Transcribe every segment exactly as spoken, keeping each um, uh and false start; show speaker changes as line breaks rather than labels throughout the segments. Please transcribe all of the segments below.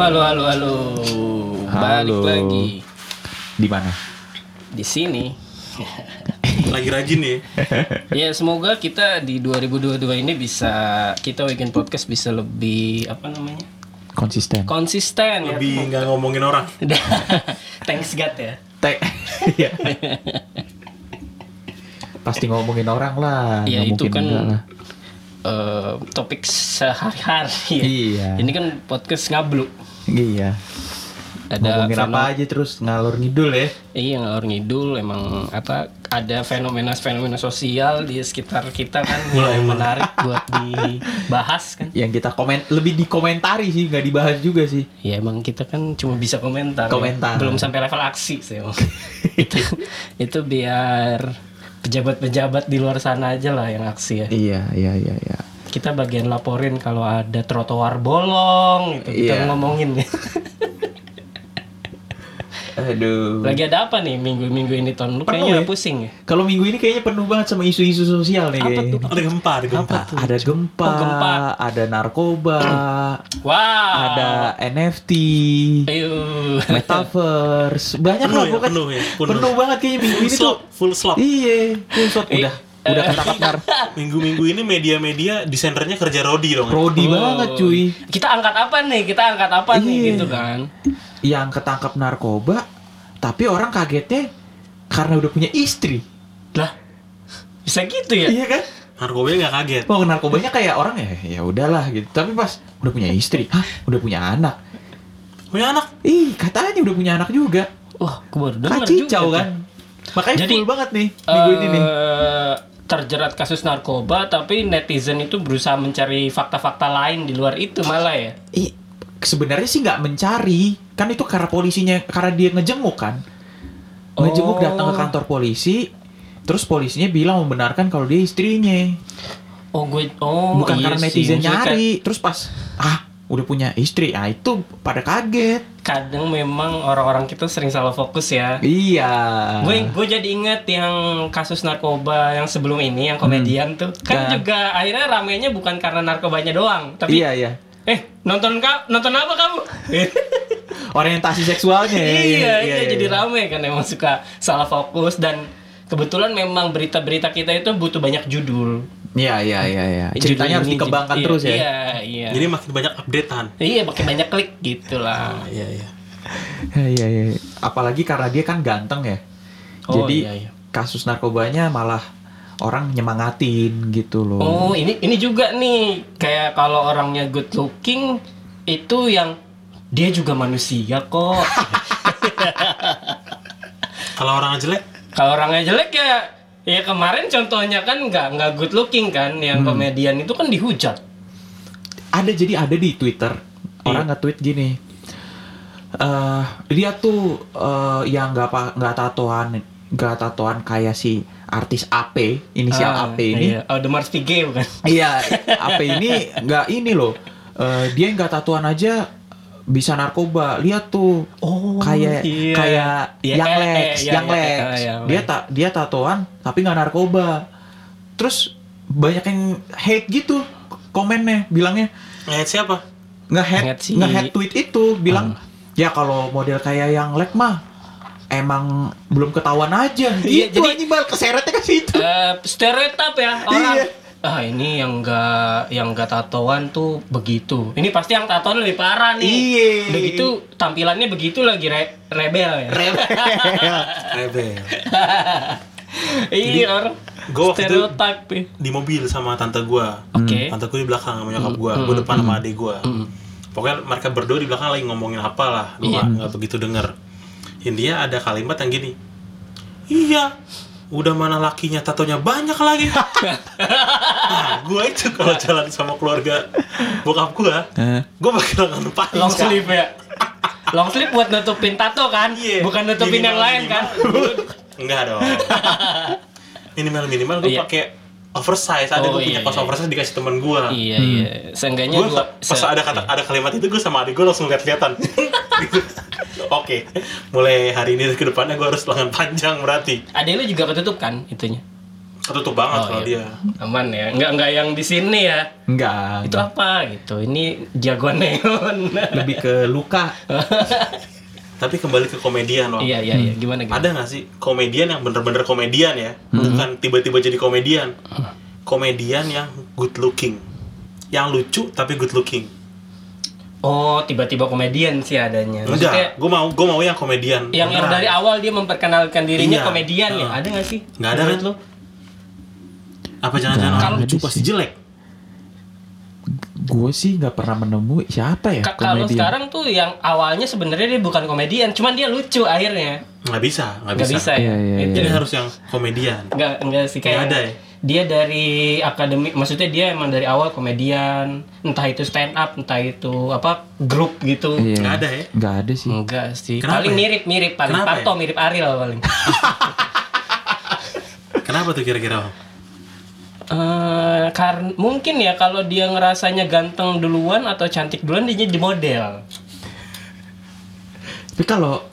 halo, halo, halo. Balik
Halo.
lagi.
Di mana?
Di sini.
Lagi rajin nih.
Ya, semoga kita di dua ribu dua puluh dua ini bisa, kita Weekend Podcast bisa lebih apa namanya?
Konsisten.
Konsisten ya.
Lebih nggak ngomongin orang.
Thanks God ya.
Te- Iya. Pasti ngomongin orang lah.
Ya
nggak
itu
mungkin
kan
enggak lah.
eh, topik sehari-hari ya.
Iya.
Ini kan podcast ngablu.
Iya.
Ada
Ngomongin
fenom-
apa aja terus ngalor ngidul ya.
Iya, ngalor ngidul emang apa ada fenomena-fenomena sosial di sekitar kita kan yang menarik buat dibahas kan.
Yang kita komen lebih dikomentari sih, nggak dibahas juga sih.
Ya emang kita kan cuma bisa komentar.
Komentar.
Ya. Belum sampai level aksi sih. Emang. itu itu biar pejabat-pejabat di luar sana aja lah yang aksi ya.
Iya, iya, iya, iya.
Kita bagian laporin kalau ada trotoar bolong gitu. Kita
Iya.
ngomongin.
Aduh.
Lagi ada apa nih minggu-minggu ini Ton? Lu
Penuh
kayaknya
ya?
pusing ya?
Kalau minggu ini kayaknya penuh banget sama isu-isu sosial nih
Apa
kayaknya.
tuh?
Ada gempa, ada gempa.
Apa tuh?
Ada gempa,
Oh, gempa.
ada narkoba,
Wow.
ada N F T,
Ayo.
metaverse, banyak
Penuh
lah
ya,
pokoknya.
penuh ya, penuh.
Penuh banget kayaknya minggu
Full
ini tuh.
slot, full slot.
Iya, full slot udah,
Eh,
udah
eh.
ketangkap nar.
Minggu-minggu ini media-media desainernya kerja Rodi dong.
Prodi
Oh.
banget cuy.
Kita angkat apa nih? Kita angkat apa nih
Iya.
gitu kan?
Yang ketangkap narkoba, tapi orang kagetnya karena udah punya istri.
Lah. Bisa gitu ya?
Iya kan?
Narkobanya nggak kaget.
Oh, narkobanya kayak orang ya, ya udahlah gitu. Tapi pas udah punya istri, hah, udah punya anak.
Punya anak.
Ih, katanya udah punya anak juga.
Wah, gue baru dengar
Kacau
juga
kan?
tuh.
Makanya
Jadi,
full banget nih minggu ini nih.
Eh, terjerat kasus narkoba, tapi netizen itu berusaha mencari fakta-fakta lain di luar itu malah ya.
Ih, sebenarnya sih nggak mencari, kan itu karena polisinya, karena dia ngejenguk kan, ngejenguk
Oh.
datang ke kantor polisi, terus polisinya bilang membenarkan kalau dia istrinya,
Oh, gue oh
bukan
iya
karena
sih,
netizen
maksudnya
nyari, terus pas ah udah punya istri, ah itu pada kaget.
Kadang memang orang-orang kita sering salah fokus ya.
Iya.
Gue gue jadi inget yang kasus narkoba yang sebelum ini yang komedian tuh kan
Nah.
juga akhirnya ramenya bukan karena narkobanya doang, tapi
Iya iya.
eh nonton ka nonton apa kamu?
Orientasi seksualnya. ya,
iya, iya, jadi rame kan emang suka salah fokus dan kebetulan memang berita-berita kita itu butuh banyak judul.
Iya iya iya iya.
Judul
Ceritanya harus
ini,
dikembangkan
judul-
terus ya.
Iya, iya.
Jadi makin banyak updatean.
Iya, pakai banyak klik gitu lah.
Iya, iya.
Iya iya. Apalagi karena dia kan ganteng ya.
Oh,
Jadi
iya, iya.
kasus narkobanya malah orang nyemangatin gitu loh.
Oh, ini ini juga nih kayak kalau orangnya good looking itu yang dia juga manusia kok.
Kalau orang jelek,
Kalau orangnya jelek ya ya kemarin contohnya kan nggak nggak good looking kan yang
Hmm.
komedian itu kan dihujat.
Ada jadi ada di Twitter orang nge-tweet gini. Eh dia tuh eh, yang nggak apa nggak tatoan nggak tatoan kayak si artis A P inisial
Ah,
A P ini.
Iya. Oh, The Mars Piguet bukan?
Iya, A P ini nggak ini loh. Eh, dia nggak tatoan aja bisa narkoba. Lihat tuh.
Oh,
kayak
iya.
kayak
Iya,
yang
eh,
Lex,
eh, iya,
yang
iya,
Lex.
eh, iya,
dia
Lex.
tak dia tatoan tapi nggak narkoba. Terus banyak yang hate gitu komennya bilangnya
ngeliat siapa?
nge-hate
Nge-hate si-
nge-hate tweet itu bilang ya kalau model kayak yang Lex mah emang belum ketahuan aja.
Iya,
Gitu
jadi-
anjing bal keseretnya ke situ.
Eh, stereotip ya orang.
Iya.
Ah, ini yang enggak yang enggak tatoan tuh begitu. Ini pasti yang tatoan lebih parah nih.
Iya.
Udah gitu tampilannya begitu lagi re- rebel ya.
Rebel.
Iya, orang
Gue waktu itu
stereotip ya.
di mobil sama tante gue.
Oke.
Tante gue di belakang sama nyokap gue.
Hmm,
Gue
hmm,
depan sama adik gue.
Mm.
Pokoknya mereka berdua di belakang lagi ngomongin apa lah. Gue
Iya.
nggak nggak begitu denger. India ada kalimat yang gini. Iya. Udah mana lakinya tatonya banyak lagi. Nah, gue itu kalau jalan sama keluarga bokap gue,
Hah?
gue bakal lengan panjang.
Long sleeve ya. Long sleeve buat nutupin tato kan?
Iya.
Bukan nutupin yang
Minimal,
lain kan?
minimal. Enggak dong. Minimal minimal gue
Iya.
pakai oversize. Ada
Oh,
gue punya
iya,
kaos
iya.
oversize dikasih teman gue.
Iya, iya. Seenggaknya
Gue
gua
pas
se-
ada kata ada kalimat itu gue sama adik gue langsung lihat-lihatan. Gitu. Oke, mulai hari ini ke depannya gue harus lengan panjang berarti.
Adek lu juga ketutup kan itunya?
ketutup banget
Oh,
kalau
iya.
dia.
Aman ya, nggak nggak yang di sini ya.
Enggak.
Itu apa gitu? Ini jagoan neon.
Lebih ke luka.
Tapi kembali ke komedian loh.
Iya iya iya. Gimana gimana?
Ada nggak sih komedian yang bener-bener komedian ya, bukan tiba-tiba jadi komedian. Komedian yang good looking, yang lucu tapi good looking.
Oh, tiba-tiba komedian sih adanya. Maksudnya
Enggak, gue mau gue mau yang komedian.
yang yang
beneran.
dari awal dia memperkenalkan dirinya
Iya.
komedian ya.
Heeh.
Ada nggak sih?
Nggak ada
Menurut
kan?
lu?
Apa jangan-jangan
Nggak
orang
ada
lucu pasti
sih.
jelek?
Gue sih nggak pernah menemui siapa ya
Ka- Kalau
komedian.
sekarang tuh yang awalnya sebenarnya dia bukan komedian, cuman dia lucu akhirnya.
Nggak bisa, nggak
Nggak
bisa.
bisa ya.
Iya, iya,
Itu
Jadi harus yang komedian.
Nggak enggak sih kayak
Nggak ada ya?
dia dari akademi, maksudnya dia emang dari awal komedian, entah itu stand up, entah itu apa grup gitu.
Iya.
Nggak ada ya?
Nggak ada sih.
Enggak sih.
Kenapa
paling
ya?
mirip-mirip, paling
Kenapa
Parto
ya?
mirip Ariel paling.
Kenapa tuh kira-kira? Bang?
Eh, karena mungkin ya kalau dia ngerasanya ganteng duluan atau cantik duluan dia jadi model.
Tapi kalau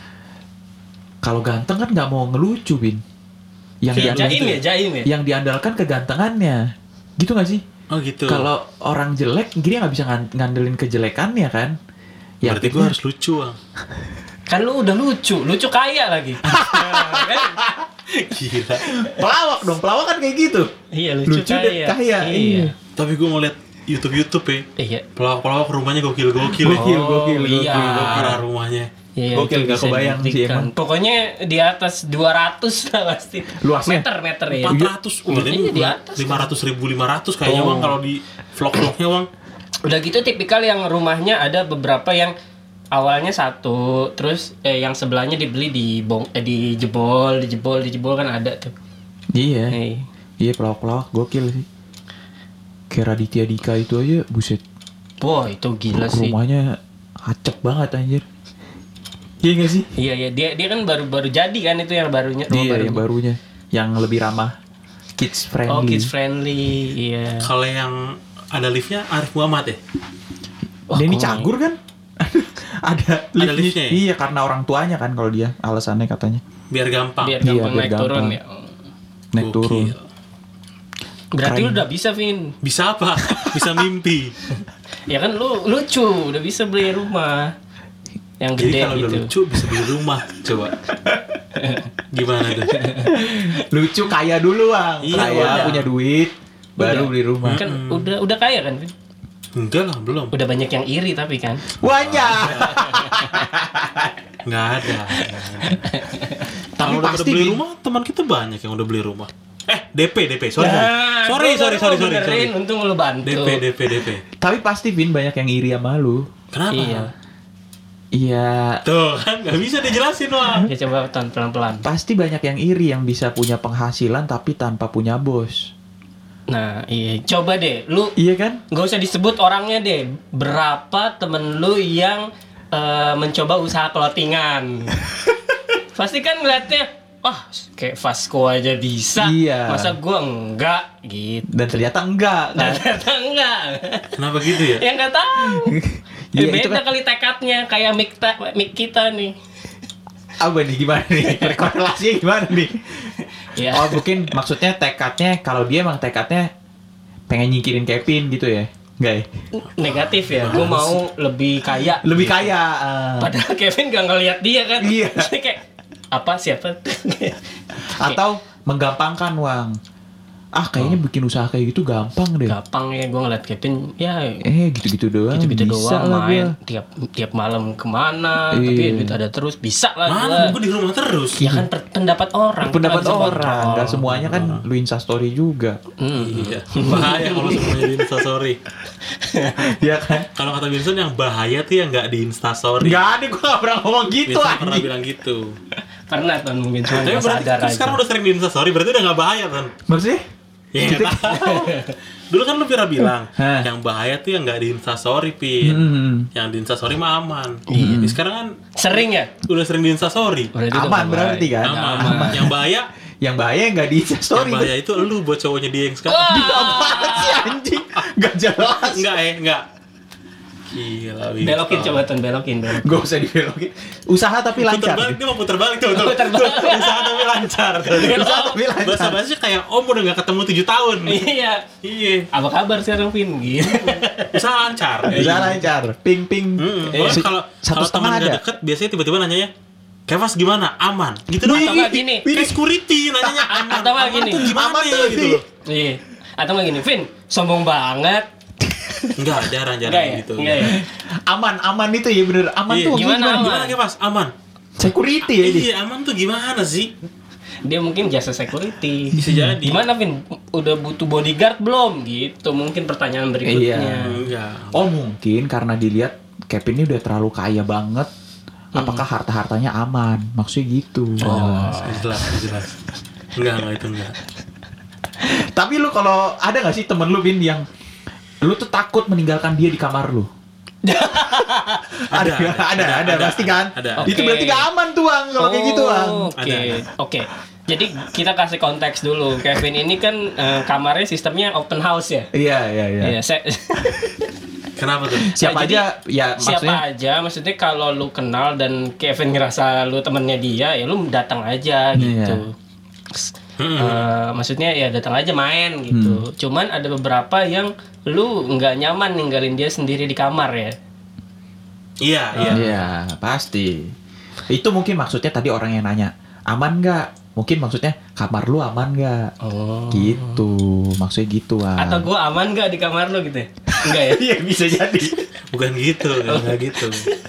kalau ganteng kan nggak mau ngelucu, Bin. Yang
Kayak
diandalkan,
Jaim ya, jaim ya.
yang diandalkan kegantengannya. Gitu nggak sih?
Oh gitu.
Kalau orang jelek, dia nggak bisa ngan- ngandelin kejelekannya kan? Ya,
Berarti gue
akhirnya-
harus lucu, Bang.
Kan lu udah lucu, lucu kaya lagi. Nah, kan?
Gila.
pelawak dong, pelawak kan kayak gitu.
Iya lucu,
Lucu dan
kaya.
kaya,
Iya.
iya.
Tapi gue mau lihat YouTube-YouTube ya.
Iya.
Pelawak-pelawak rumahnya gokil-gokil. ya.
Gokil,
Oh,
gokil,
iya.
gokil.
Parah rumahnya.
Iya,
Gokil,
itu
nggak
bisa
kebayang sih
dibuktikan.
emang.
Pokoknya di atas dua ratus lah pasti.
Luasnya?
Meter, meter ya.
empat ratus, oh, berarti
Iya, di atas.
lima ratus ribu lima ratus kayaknya
Oh.
Bang kalau di vlog-vlognya Bang.
Udah gitu tipikal yang rumahnya ada beberapa yang awalnya satu, terus eh, yang sebelahnya dibeli di bong, eh, dijebol, dijebol, dijebol kan ada tuh.
Iya.
Hey.
Iya, pelawak-pelawak gokil sih. Kayak Raditya Dika itu aja, buset.
Wah, itu gila sih.
Rumahnya acep banget anjir. Iya gak sih?
Iya, iya, dia dia kan baru-baru jadi kan itu yang barunya, rumah
Iya,
barunya.
yang barunya. Yang lebih ramah kids friendly.
Oh, kids friendly. Iya.
Kalau yang ada liftnya Arif Muhammad ya?
Wah,
Denny
kok
Cagur kan? ada
Ada liftnya ya?
Iya, karena orang tuanya kan kalau dia alasannya katanya.
Biar gampang.
biar
Iya,
gampang
biar
naik
gampang.
turun ya.
Naik
Gokil.
turun.
Berarti
Keren.
lu udah bisa, Vin.
Bisa apa? Bisa mimpi.
Ya kan lu lucu, udah bisa beli rumah yang
Jadi
gede
kalau udah
gitu.
lucu bisa beli rumah. Coba. Gimana tuh?
Lucu kaya dulu, Bang.
Iya,
kaya
udah.
punya duit, baru
Udah.
beli rumah.
Kan udah udah kaya kan, Vin?
Enggak lah, belum.
Udah banyak yang iri tapi kan.
Banyak.
Nggak ada. nggak ada.
Tapi
Kalau udah pada
pasti
beli
Bin.
rumah, teman kita banyak yang udah beli rumah. Eh, D P, D P. Sorry.
Nah,
sorry,
gua
sorry,
baru
sorry,
mau
sorry, sorry.
benerin, untung lu bantu.
D P, D P, D P.
Tapi pasti Vin banyak yang iri sama lu.
Kenapa?
Iya.
Iya.
Tuh, kan nggak bisa dijelasin, Wang.
Ya coba tonton pelan-pelan.
Pasti banyak yang iri yang bisa punya penghasilan tapi tanpa punya bos.
Nah, iya. Coba deh, lu
Iya kan?
nggak usah disebut orangnya deh. Berapa temen lu yang eh, mencoba usaha clothingan? Pasti kan ngeliatnya, wah kayak Vasco aja bisa.
Iya.
Masa gua enggak gitu.
Dan ternyata enggak kan?
Ternyata enggak.
Kenapa gitu ya?
Ya nggak tahu.
Iya,
Ya,
itu
beda
kan-
kali tekadnya kayak mic, ta- mic kita nih.
Apa nih gimana nih? Korelasinya gimana nih?
Ya.
Oh mungkin maksudnya tekadnya kalau dia emang tekadnya pengen nyingkirin Kevin gitu ya? Enggak ya?
Negatif ya. Gua mau lebih kaya.
Lebih kaya. ah.
Padahal Kevin gak ngeliat dia kan.
Iya.
Jadi kayak apa siapa?
Atau menggampangkan Wang. Ah kayaknya bikin usaha kayak gitu gampang deh.
Gampang ya gue ngeliat Kevin ya
Eh gitu-gitu doang.
gitu-gitu
bisa
doang
lah
main
gua.
tiap tiap malam kemana
Iya.
tapi duit ada terus bisa lah
Mana?
gua.
Gue di rumah terus.
Ya kan per- pendapat orang.
Pendapat
kita nggak bisa
orang,
kontrol.
nggak semuanya kan lu instastory juga.
Hmm.
Iya. Bahaya kalau semuanya di Instastory.
Iya kan?
Kalau kata Vincent yang bahaya tuh yang nggak di Instastory.
Enggak ada, gua gak pernah ngomong gitu
Vincent pernah
anjing.
bilang gitu.
Pernah tuh mungkin cuma
Tapi
nggak
berarti
sadar
kan
aja.
sekarang udah sering di Instastory, berarti udah nggak bahaya kan?
Maksudnya?
Ya nggak tahu. Dulu kan lu pernah bilang
Hah.
yang bahaya tuh yang nggak di Instastory, Pin.
Hmm.
Yang di Instastory mah aman.
Iya.
Ini sekarang kan
Sering ya?
udah sering di Instastory.
Berarti udah
Aman
nggak
berarti
baik.
kan?
Aman. Yang bahaya,
Yang bahaya nggak di
yang
instastory.
bahaya itu lu buat cowoknya dia yang sekarang.
Wah.
Apaan sih anjing? Gak jelas.
Enggak eh, enggak. Gila, Wito.
Belokin coba Ton, belokin, belokin.
Gak usah dibelokin. Usaha tapi
Puter
lancar.
balik, dia mau puter balik tuh, tuh.
Puter balik.
Usaha tapi lancar.
Usaha tapi lancar.
Bahasa bahasa kayak om udah gak ketemu tujuh tahun.
Iya.
Iya.
Apa kabar sekarang, Vin? Gitu.
Usaha lancar.
Usaha lancar. Ping ping.
Hmm,
Eh,
bahkan kalau
satu
kalau
setengah
teman
ada.
gak deket, biasanya tiba-tiba nanyanya, Kevas gimana? Aman. Gitu doang.
Atau nggak gini.
Kayak security nanyanya aman.
Atau nggak
Aman
gini.
tuh gimana
Aman
ya,
tuh
gitu
sih.
loh.
Iya. Atau nggak gini, Vin, sombong banget.
Enggak, jarang-jarang
Enggak ya?
gitu.
Enggak ya?
Aman, aman itu ya bener. Aman
Iya.
tuh
Gimana
gimana?
aman?
Gimana Kevas? Aman.
Security ya ini.
Iya, aman tuh gimana sih?
Dia mungkin jasa security.
Bisa jadi.
Gimana, Vin? Udah butuh bodyguard belum? Gitu. Mungkin pertanyaan berikutnya.
Iya.
Enggak.
Oh mungkin karena dilihat Kevin ini udah terlalu kaya banget. Apakah harta-hartanya aman? Maksudnya gitu.
Oh, jelas, jelas. Enggak, enggak itu enggak.
Tapi lu kalau ada nggak sih temen lu Bin yang lu tuh takut meninggalkan dia di kamar lu? ada, ada, ada, pasti kan?
Ada.
Itu
Oke.
berarti gak aman tuh Ang kalau kayak gitu Ang.
Oke,
Ada, ada.
oke. Jadi kita kasih konteks dulu. Kevin ini kan eh, kamarnya sistemnya open house ya.
Iya, iya, iya.
Iya, saya
Kenapa tuh?
Siapa
Nah, jadi,
aja ya
siapa
maksudnya
aja, maksudnya kalau lu kenal dan Kevin ngerasa lu temennya dia, ya lu datang aja gitu.
Hmm.
Eh, maksudnya ya datang aja main gitu.
Hmm.
Cuman ada beberapa yang lu nggak nyaman ninggalin dia sendiri di kamar ya.
Iya, iya.
Iya, pasti. Itu mungkin maksudnya tadi orang yang nanya, aman nggak? Mungkin maksudnya kamar lu aman nggak?
Oh.
Gitu, maksudnya gitu Ang.
Atau gua aman nggak di kamar lu gitu ya? Enggak ya?
Iya bisa jadi.
Bukan gitu, enggak gitu.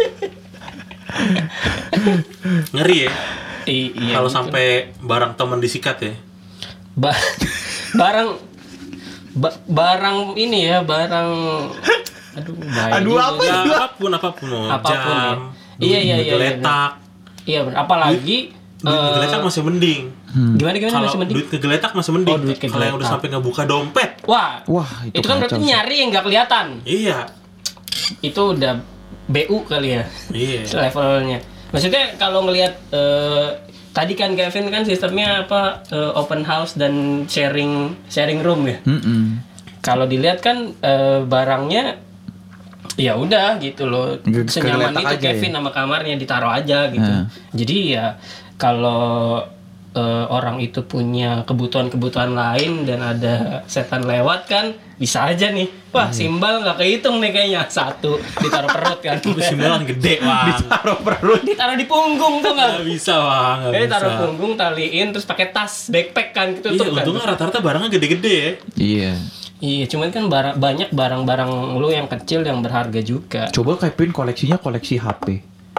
Ngeri ya.
I- iya.
Kalau
gitu.
sampai barang teman disikat ya.
Ba- barang ba- barang ini ya, barang aduh, bahaya
Aduh,
juga
apa
sih.
Ya,
Aduh.
apapun apapun mau
Apapun
jam,
ya. Iya, iya, iya,
geletak.
Iya, bener. Apalagi
Duit
eh,
ngegeletak masih mending.
gimana gimana
Kalau
masih mending?
duit ngegeletak masih mending.
Oh, duit
Kalau yang udah
ngegeletak.
sampai ngebuka dompet.
Wah,
Wah, itu,
itu, kan berarti
kacau sih.
nyari yang nggak kelihatan.
Iya.
Itu udah B U kali ya
Iya.
levelnya. Maksudnya kalau ngelihat eh, tadi kan Kevin kan sistemnya apa eh, open house dan sharing sharing room ya.
Mm-mm.
Kalau dilihat kan eh, barangnya ya udah gitu loh,
Ge-
senyaman
kegeletak
itu
aja
Kevin
ya?
sama kamarnya ditaruh aja gitu.
Nah.
Jadi ya kalau eh, orang itu punya kebutuhan-kebutuhan lain dan ada setan lewat kan bisa aja nih, wah simbal nggak kehitung nih kayaknya, satu ditaruh perut kan.
Tapi simbolan gede, Bang.
Ditaruh perut.
Ditaruh di punggung tuh
Nggak
nggak?
bisa, Bang. Nggak
Jadi
bisa.
taruh punggung, taliin, terus pakai tas, backpack kan gitu
Iya,
tuh kan.
untungnya rata-rata barangnya gede-gede ya.
Iya.
Iya, cuman kan barang, banyak barang-barang lu yang kecil yang berharga juga.
Coba Kevin koleksinya koleksi H P.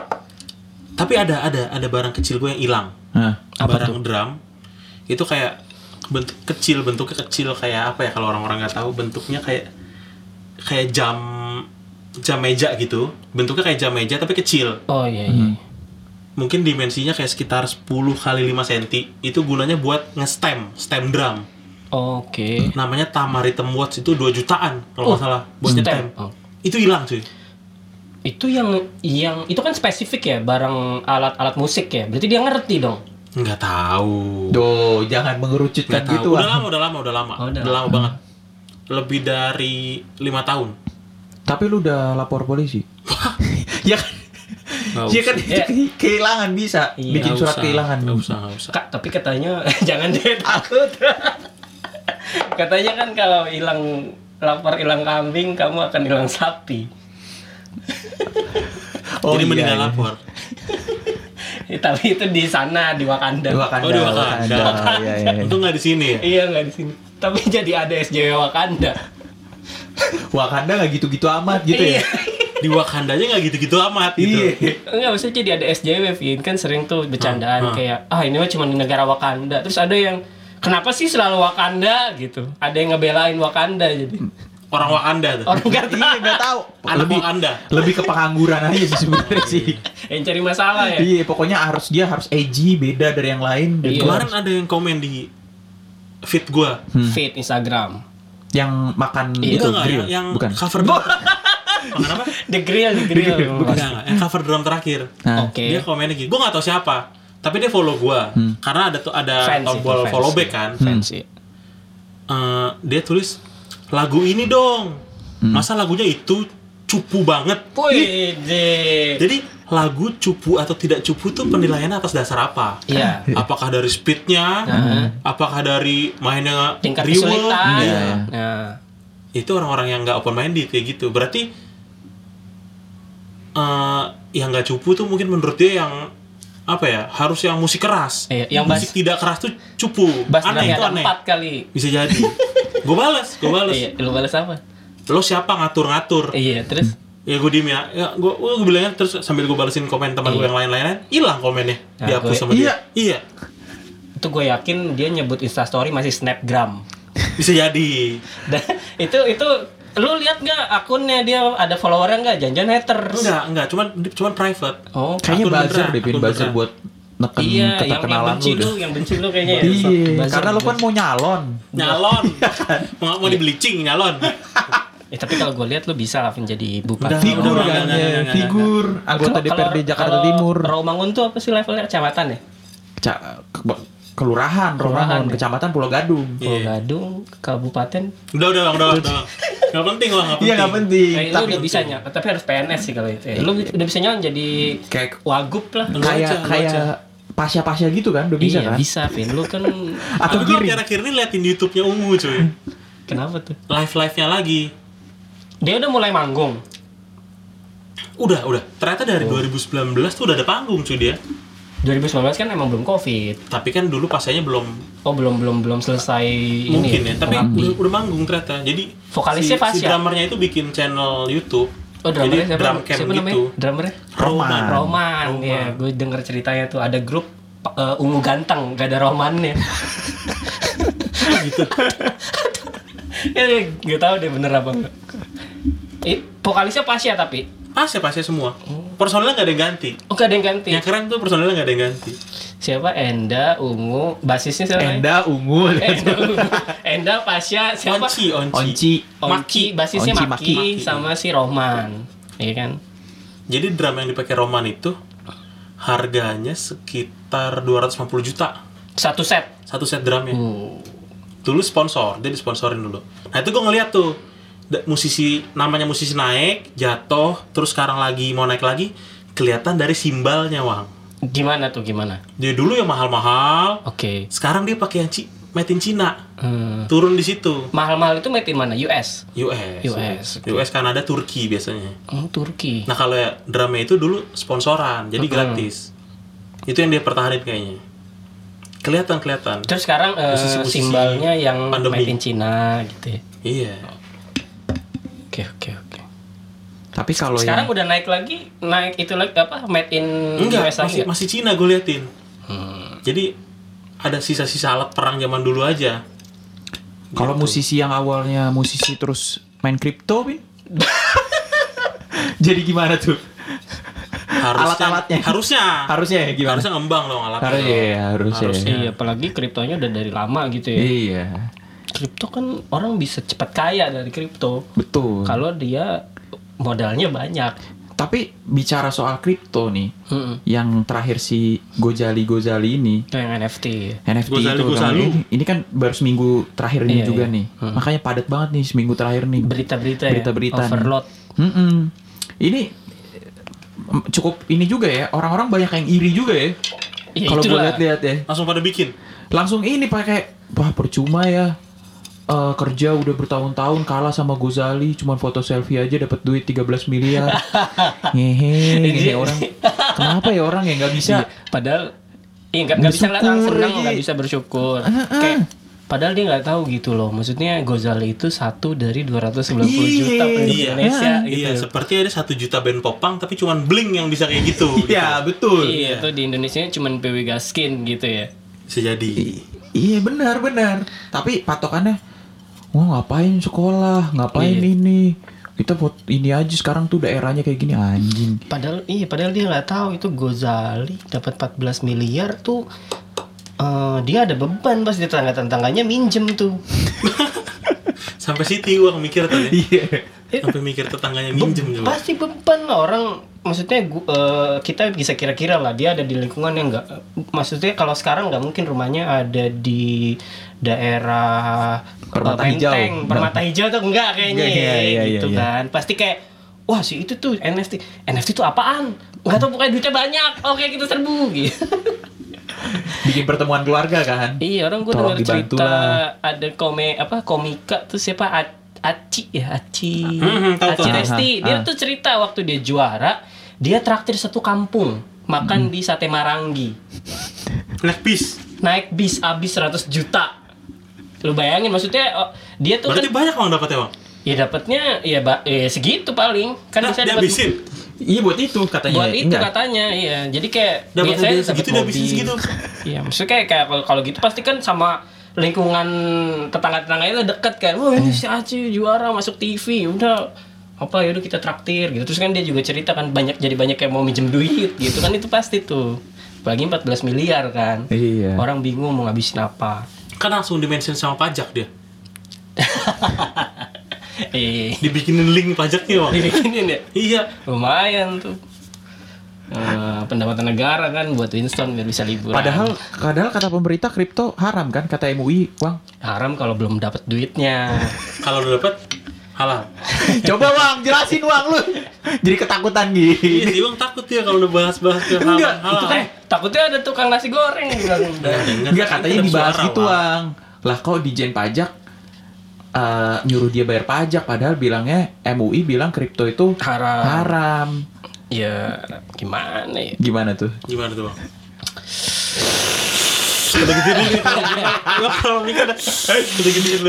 Tapi ada ada ada barang kecil gue yang hilang.
Nah,
Apa
Barang drum itu kayak bentuk kecil, bentuknya kecil kayak apa ya kalau orang-orang nggak tahu, bentuknya kayak kayak jam jam meja gitu. Bentuknya kayak jam meja tapi kecil.
Oh iya iya.
Mungkin dimensinya kayak sekitar sepuluh kali lima sentimeter. Itu gunanya buat nge-stem, stem drum.
Oke.
Namanya Tamaritem Watch, itu dua jutaan kalau nggak
Oh,
salah buat
stem.
nge-stem.
Oh.
Itu hilang cuy.
Itu yang yang itu kan spesifik ya, barang alat-alat musik ya. Berarti dia ngerti dong.
Nggak tahu.
do jangan mengerucutkan
Nggak tahu.
gitu
Udah
ah.
lama, udah lama, udah lama.
Oh, udah
udah lama banget. Lebih dari lima tahun.
Tapi lu udah lapor polisi. ya kan?
Nggak
Ya kan
usah.
Ya.
ke- kehilangan bisa
Iya,
bikin
Nggak
surat
usah,
kehilangan.
Nggak usah, nggak usah.
Kak, tapi katanya jangan deh takut. Katanya kan kalau hilang lapor hilang kambing, kamu akan hilang sapi.
Jadi
iya,
mendingan
iya.
lapor.
Eh, tapi itu di sana di Wakanda.
Di Wakanda.
Oh, di Wakanda.
Iya, iya, iya.
Untung nggak di sini ya.
Iya nggak di sini. Tapi jadi ada S J W Wakanda.
Wakanda nggak gitu-gitu amat gitu ya.
Iya.
Di Wakanda aja nggak gitu-gitu amat gitu.
Iya.
Enggak, maksudnya jadi ada S J W, Vin. Kan sering tuh bercandaan
Hmm, hmm.
kayak, ah ini mah cuma di negara Wakanda. Terus ada yang, kenapa sih selalu Wakanda gitu? Ada yang ngebelain Wakanda jadi.
Orang Wakanda tuh.
Orang nggak tahu.
Iya nggak tahu.
Anak
Lebih
Wakanda.
lebih ke pengangguran aja sih sebenarnya sih.
Yang cari masalah ya.
Iya, pokoknya harus dia harus edgy, beda dari yang lain. Dan
Iya.
gua
Kemarin
harus-
ada yang komen di feed gua.
Feed Instagram.
yang makan
Iya.
itu
Enggak, enggak,
grill,
yang, yang
bukan?
cover drum. Makan apa?
The Grill, The Grill.
The Grill, bukan.
Enggak, enggak, yang cover drum terakhir.
Nah,
Oke.
Dia komennya gitu. Gua nggak tahu siapa. Tapi dia follow gua.
Hmm.
Karena ada tuh ada
Fans
tombol
itu, fans.
follow back kan.
Fancy.
Eh, dia tulis lagu ini dong.
Hmm.
Masa lagunya itu cupu banget.
Wih, deh.
Jadi lagu cupu atau tidak cupu tuh penilaiannya atas dasar apa?
Iya.
Apakah dari speednya?
Nah.
Apakah dari mainnya
Tingkat
reward?
kesulitan.
Iya.
Nah,
Itu orang-orang yang nggak open minded kayak gitu. Berarti eh yang nggak cupu tuh mungkin menurut dia yang apa ya? Harus yang musik keras.
Iya, yang
musik
bass-
tidak keras tuh cupu.
bass
Aneh
drumnya
itu
ada
aneh.
empat kali.
Bisa jadi. Gue balas, gue balas.
Iya, lu balas apa?
Lo siapa ngatur-ngatur?
Iya, terus
Ya gue diem ya, ya gue gue bilangnya terus sambil gue balesin komen teman gue
Iya.
yang lain-lainnya, hilang komennya,
Nah,
dihapus
gue-
sama dia. Iya,
itu gue yakin dia nyebut Instastory masih Snapgram.
bisa jadi.
Dan itu itu lu lihat nggak akunnya dia ada followernya nggak? Jangan-jangan haters.
Enggak, enggak, cuman cuman private.
Oh,
Kayaknya
Akun
buzzer
beneran,
deh, Pin.
akun
Buzzer
beneran.
buat neken
iya, yang, yang
keterkenalan
benci
lu.
lu,
dah.
yang benci lu kayaknya. ya.
Iya,
Buzzer,
karena lu kan
buzzer.
mau nyalon.
Nyalon, mau mau di bleaching nyalon.
Eh, tapi kalau gue lihat lu bisa lah Vin, jadi
Udah,
bupati.
Figur
udah,
kan
enggak, enggak,
ya,
enggak,
figur anggota D P R D Jakarta Timur.
Rawamangun tuh apa sih levelnya? Kecamatan ya?
Ca- ke- kelurahan,
Kelurahan,
Rawamangun,
ya?
kecamatan Pulau Gadung.
Pulau
Iya.
Gadung, kabupaten.
Udah, udah, udah, udah. Enggak penting lah, enggak penting.
Iya nggak penting.
Eh, lu
Tapi
udah bisa nyalon, tapi harus P N S sih kalau itu. Ya. Lu udah bisa nyalon jadi
kayak
wagub lah.
Lu
kayak
aja, lu aja.
kayak pasya-pasya gitu kan, udah bisa
iya,
kan?
bisa Vin. Lu kan
Atau
Aku tuh
giring.
akhir-akhir ini liatin di YouTube-nya Ungu cuy.
kenapa tuh?
Live-live-nya lagi.
Dia udah mulai manggung.
Udah, udah. Ternyata dari dua ribu sembilan belas tuh udah ada panggung cuy dia.
dua ribu sembilan belas kan emang belum Covid.
Tapi kan dulu pasnya belum
Oh, belum belum belum selesai
mungkin
ini.
ya, tapi
pengabdi.
udah, udah manggung ternyata. Jadi
Vokalisnya
si, si
Fasya.
drummernya itu bikin channel YouTube.
Oh,
Jadi
drummernya siapa?
drum camp
Siapa namanya?
gitu.
Drummernya?
Roman.
Roman,
Roman.
ya, gue denger ceritanya tuh ada grup uh, ungu ganteng, gak ada romannya.
gitu.
Ya, gak tahu deh bener apa enggak. Eh, vokalisnya Pasya tapi.
Pas ya pasnya semua. Personelnya nggak ada yang ganti.
Oh, gak ada yang ganti.
Yang keren tuh personelnya nggak ada yang ganti.
Siapa? Enda, Ungu, basisnya siapa?
Enda, Ungu,
Enda, Ungu. Enda, Pasya, siapa?
Onci, onci.
Onci.
Maki, basisnya
Onci,
Maki,
Maki.
sama si Roman. Iya kan?
Jadi drum yang dipakai Roman itu harganya sekitar dua ratus lima puluh juta
Satu set.
satu set drumnya.
Uh.
Dulu sponsor, dia disponsorin dulu. Nah itu gue ngeliat tuh da- musisi namanya musisi naik, jatuh, terus sekarang lagi mau naik lagi, kelihatan dari simbalnya, Wang.
Gimana tuh gimana?
Dia dulu yang mahal-mahal,
Oke.
sekarang dia pakai yang Ci- made in Cina,
Hmm.
turun di situ.
Mahal-mahal itu made in mana? U S.
U S,
U S,
U S, Kanada, Turki biasanya.
Oh, Turki.
Nah kalau ya drumnya itu dulu sponsoran, jadi
Mm-mm.
gratis. Itu yang dia pertahanin kayaknya. Kelihatan kelihatan.
Terus sekarang eh,
Musisi-musisi
simbalnya yang
pandemi.
made in Cina gitu ya.
Iya.
Oke, oke, oke.
Tapi kalau
Sekarang
yang
udah naik lagi, naik itu lagi apa? Made in
Enggak,
U S lagi
masih
nggak?
masih Cina gue liatin.
Hmm.
Jadi ada sisa-sisa alat perang zaman dulu aja.
kalau
Gitu.
musisi yang awalnya musisi terus main kripto, Pin? Jadi gimana tuh?
harusnya,
alat-alatnya.
harusnya
Harusnya ya gimana?
harusnya ngembang dong alatnya.
Harus ya, harusnya.
Harusnya.
Iya, apalagi kriptonya udah dari lama gitu ya.
Iya,
Kripto kan orang bisa cepat kaya dari kripto.
betul.
Kalau dia modalnya banyak.
Tapi bicara soal kripto nih,
Mm-mm.
yang terakhir si Gojali Gojali ini,
Itu yang N F T.
N F T
Gozali
itu kan,
Gozalu.
ini, ini kan baru seminggu terakhir ini
Iya,
juga
iya.
nih.
Hmm.
Makanya padat banget nih seminggu terakhir nih.
Berita-berita ya.
Berita-berita nih.
Overload.
Mm-mm. Ini eh, cukup ini juga ya, orang-orang banyak yang iri juga ya.
Ya,
Kalau gue
itulah.
lihat-lihat ya,
Langsung pada bikin.
langsung ini pakai, wah percuma ya. Eh, kerja udah bertahun-tahun kalah sama Gozali, cuman foto selfie aja dapat duit tiga belas miliar. Ngehe, ini orang. Kenapa ya orang yang nggak bisa?
Iya, padahal iya nggak nggak bisa lihat orang
Bersyukur
senang,
aja.
nggak bisa bersyukur.
Ah, ah.
Kayak padahal dia nggak tahu gitu loh. Maksudnya Gozali itu satu dari dua ratus sembilan puluh
Iya.
juta penduduk
Iya.
Indonesia
Ah,
gitu.
Iya, seperti ada satu juta band popang tapi cuman Blink yang bisa kayak gitu.
Iya betul.
Iya, itu di Indonesia cuma P W Gaskin gitu ya.
Bisa jadi.
I- iya benar benar. Tapi patokannya, wah ngapain sekolah, ngapain
Iya.
ini? Kita buat ini aja sekarang tuh daerahnya kayak gini anjing.
Padahal iya, padahal dia nggak tahu itu Gozali dapat empat belas miliar tuh. eh, dia ada beban pasti tetangga-tetangganya minjem tuh.
Sampai situ uang mikir tadi.
Iya.
Sampai mikir tetangganya minjem juga.
Pasti beban lah orang. Maksudnya gu- eh, kita bisa kira-kira lah dia ada di lingkungan yang enggak. Maksudnya kalau sekarang nggak mungkin rumahnya ada di daerah
Permata
eh,
Hijau.
Menteng, Permata Hijau tuh enggak kayaknya
Enggak, iya, iya,
gitu
iya, iya.
kan. Pasti kayak wah si itu tuh N F T. N F T itu apaan? Nggak tahu, pokoknya duitnya banyak. Oke, kita serbu gitu.
Bikin pertemuan keluarga kan.
Iya, orang gue
Tolong
dengar
dibantu
cerita
lah.
ada kome apa komika tuh siapa A- Aci ya Aci
Hmm, tahu,
Aci
tahu.
Resti.
Ah,
Dia
ah.
tuh cerita waktu dia juara, dia traktir satu kampung makan di Sate Marangi.
Naik bis.
Naik bis habis seratus juta. Lu bayangin maksudnya oh, dia tuh
Berarti
kan
banyak bang dapatnya bang.
ya dapatnya ya ba- eh, segitu paling kan
Nah,
bisa dapat
dihabisin.
Iya buat itu katanya.
buat itu
Enggak.
katanya iya. Jadi kayak
Dapat
biasanya
hadiah
dapat
segitu, dihabisin
mobil.
segitu.
Iya, maksudnya kayak, kayak kalau, kalau gitu pasti kan sama lingkungan tetangga-tetangganya deket kan. Wah, ini si Aci juara masuk T V. Udah apa ya udah kita traktir gitu. Terus kan dia juga cerita kan banyak jadi banyak yang mau minjem duit gitu kan, itu pasti tuh. Apalagi empat belas miliar kan.
Iya.
Orang bingung mau ngabisin apa.
Kan langsung dimention sama pajak dia.
Eh,
Dibikinin link pajaknya bang.
dibikinin ya.
Iya.
Lumayan tuh. Eh, pendapatan negara kan buat Winston biar bisa liburan.
Padahal padahal kata pemerintah kripto haram kan kata M U I, Bang.
haram kalau belum dapat duitnya.
Kalau udah dapet halal.
Coba Bang, jelasin Bang lu. Jadi ketakutan
Iya
gitu.
sih bang, takut ya kalau udah bahas-bahas ke halal.
Enggak,
halal.
itu kan-
Eh, takutnya ada tukang nasi goreng bilang udah.
Enggak, katanya
kan
dibahas
suara,
gitu,
Bang.
Bang. Lah kok Dijen Pajak eh, nyuruh dia bayar pajak padahal bilangnya M U I bilang kripto itu
Haram.
haram.
Ya gimana ya?
Gimana tuh?
Gimana tuh bang? Udah gitu dulu. Lo kalau nikah udah udah gitu dulu.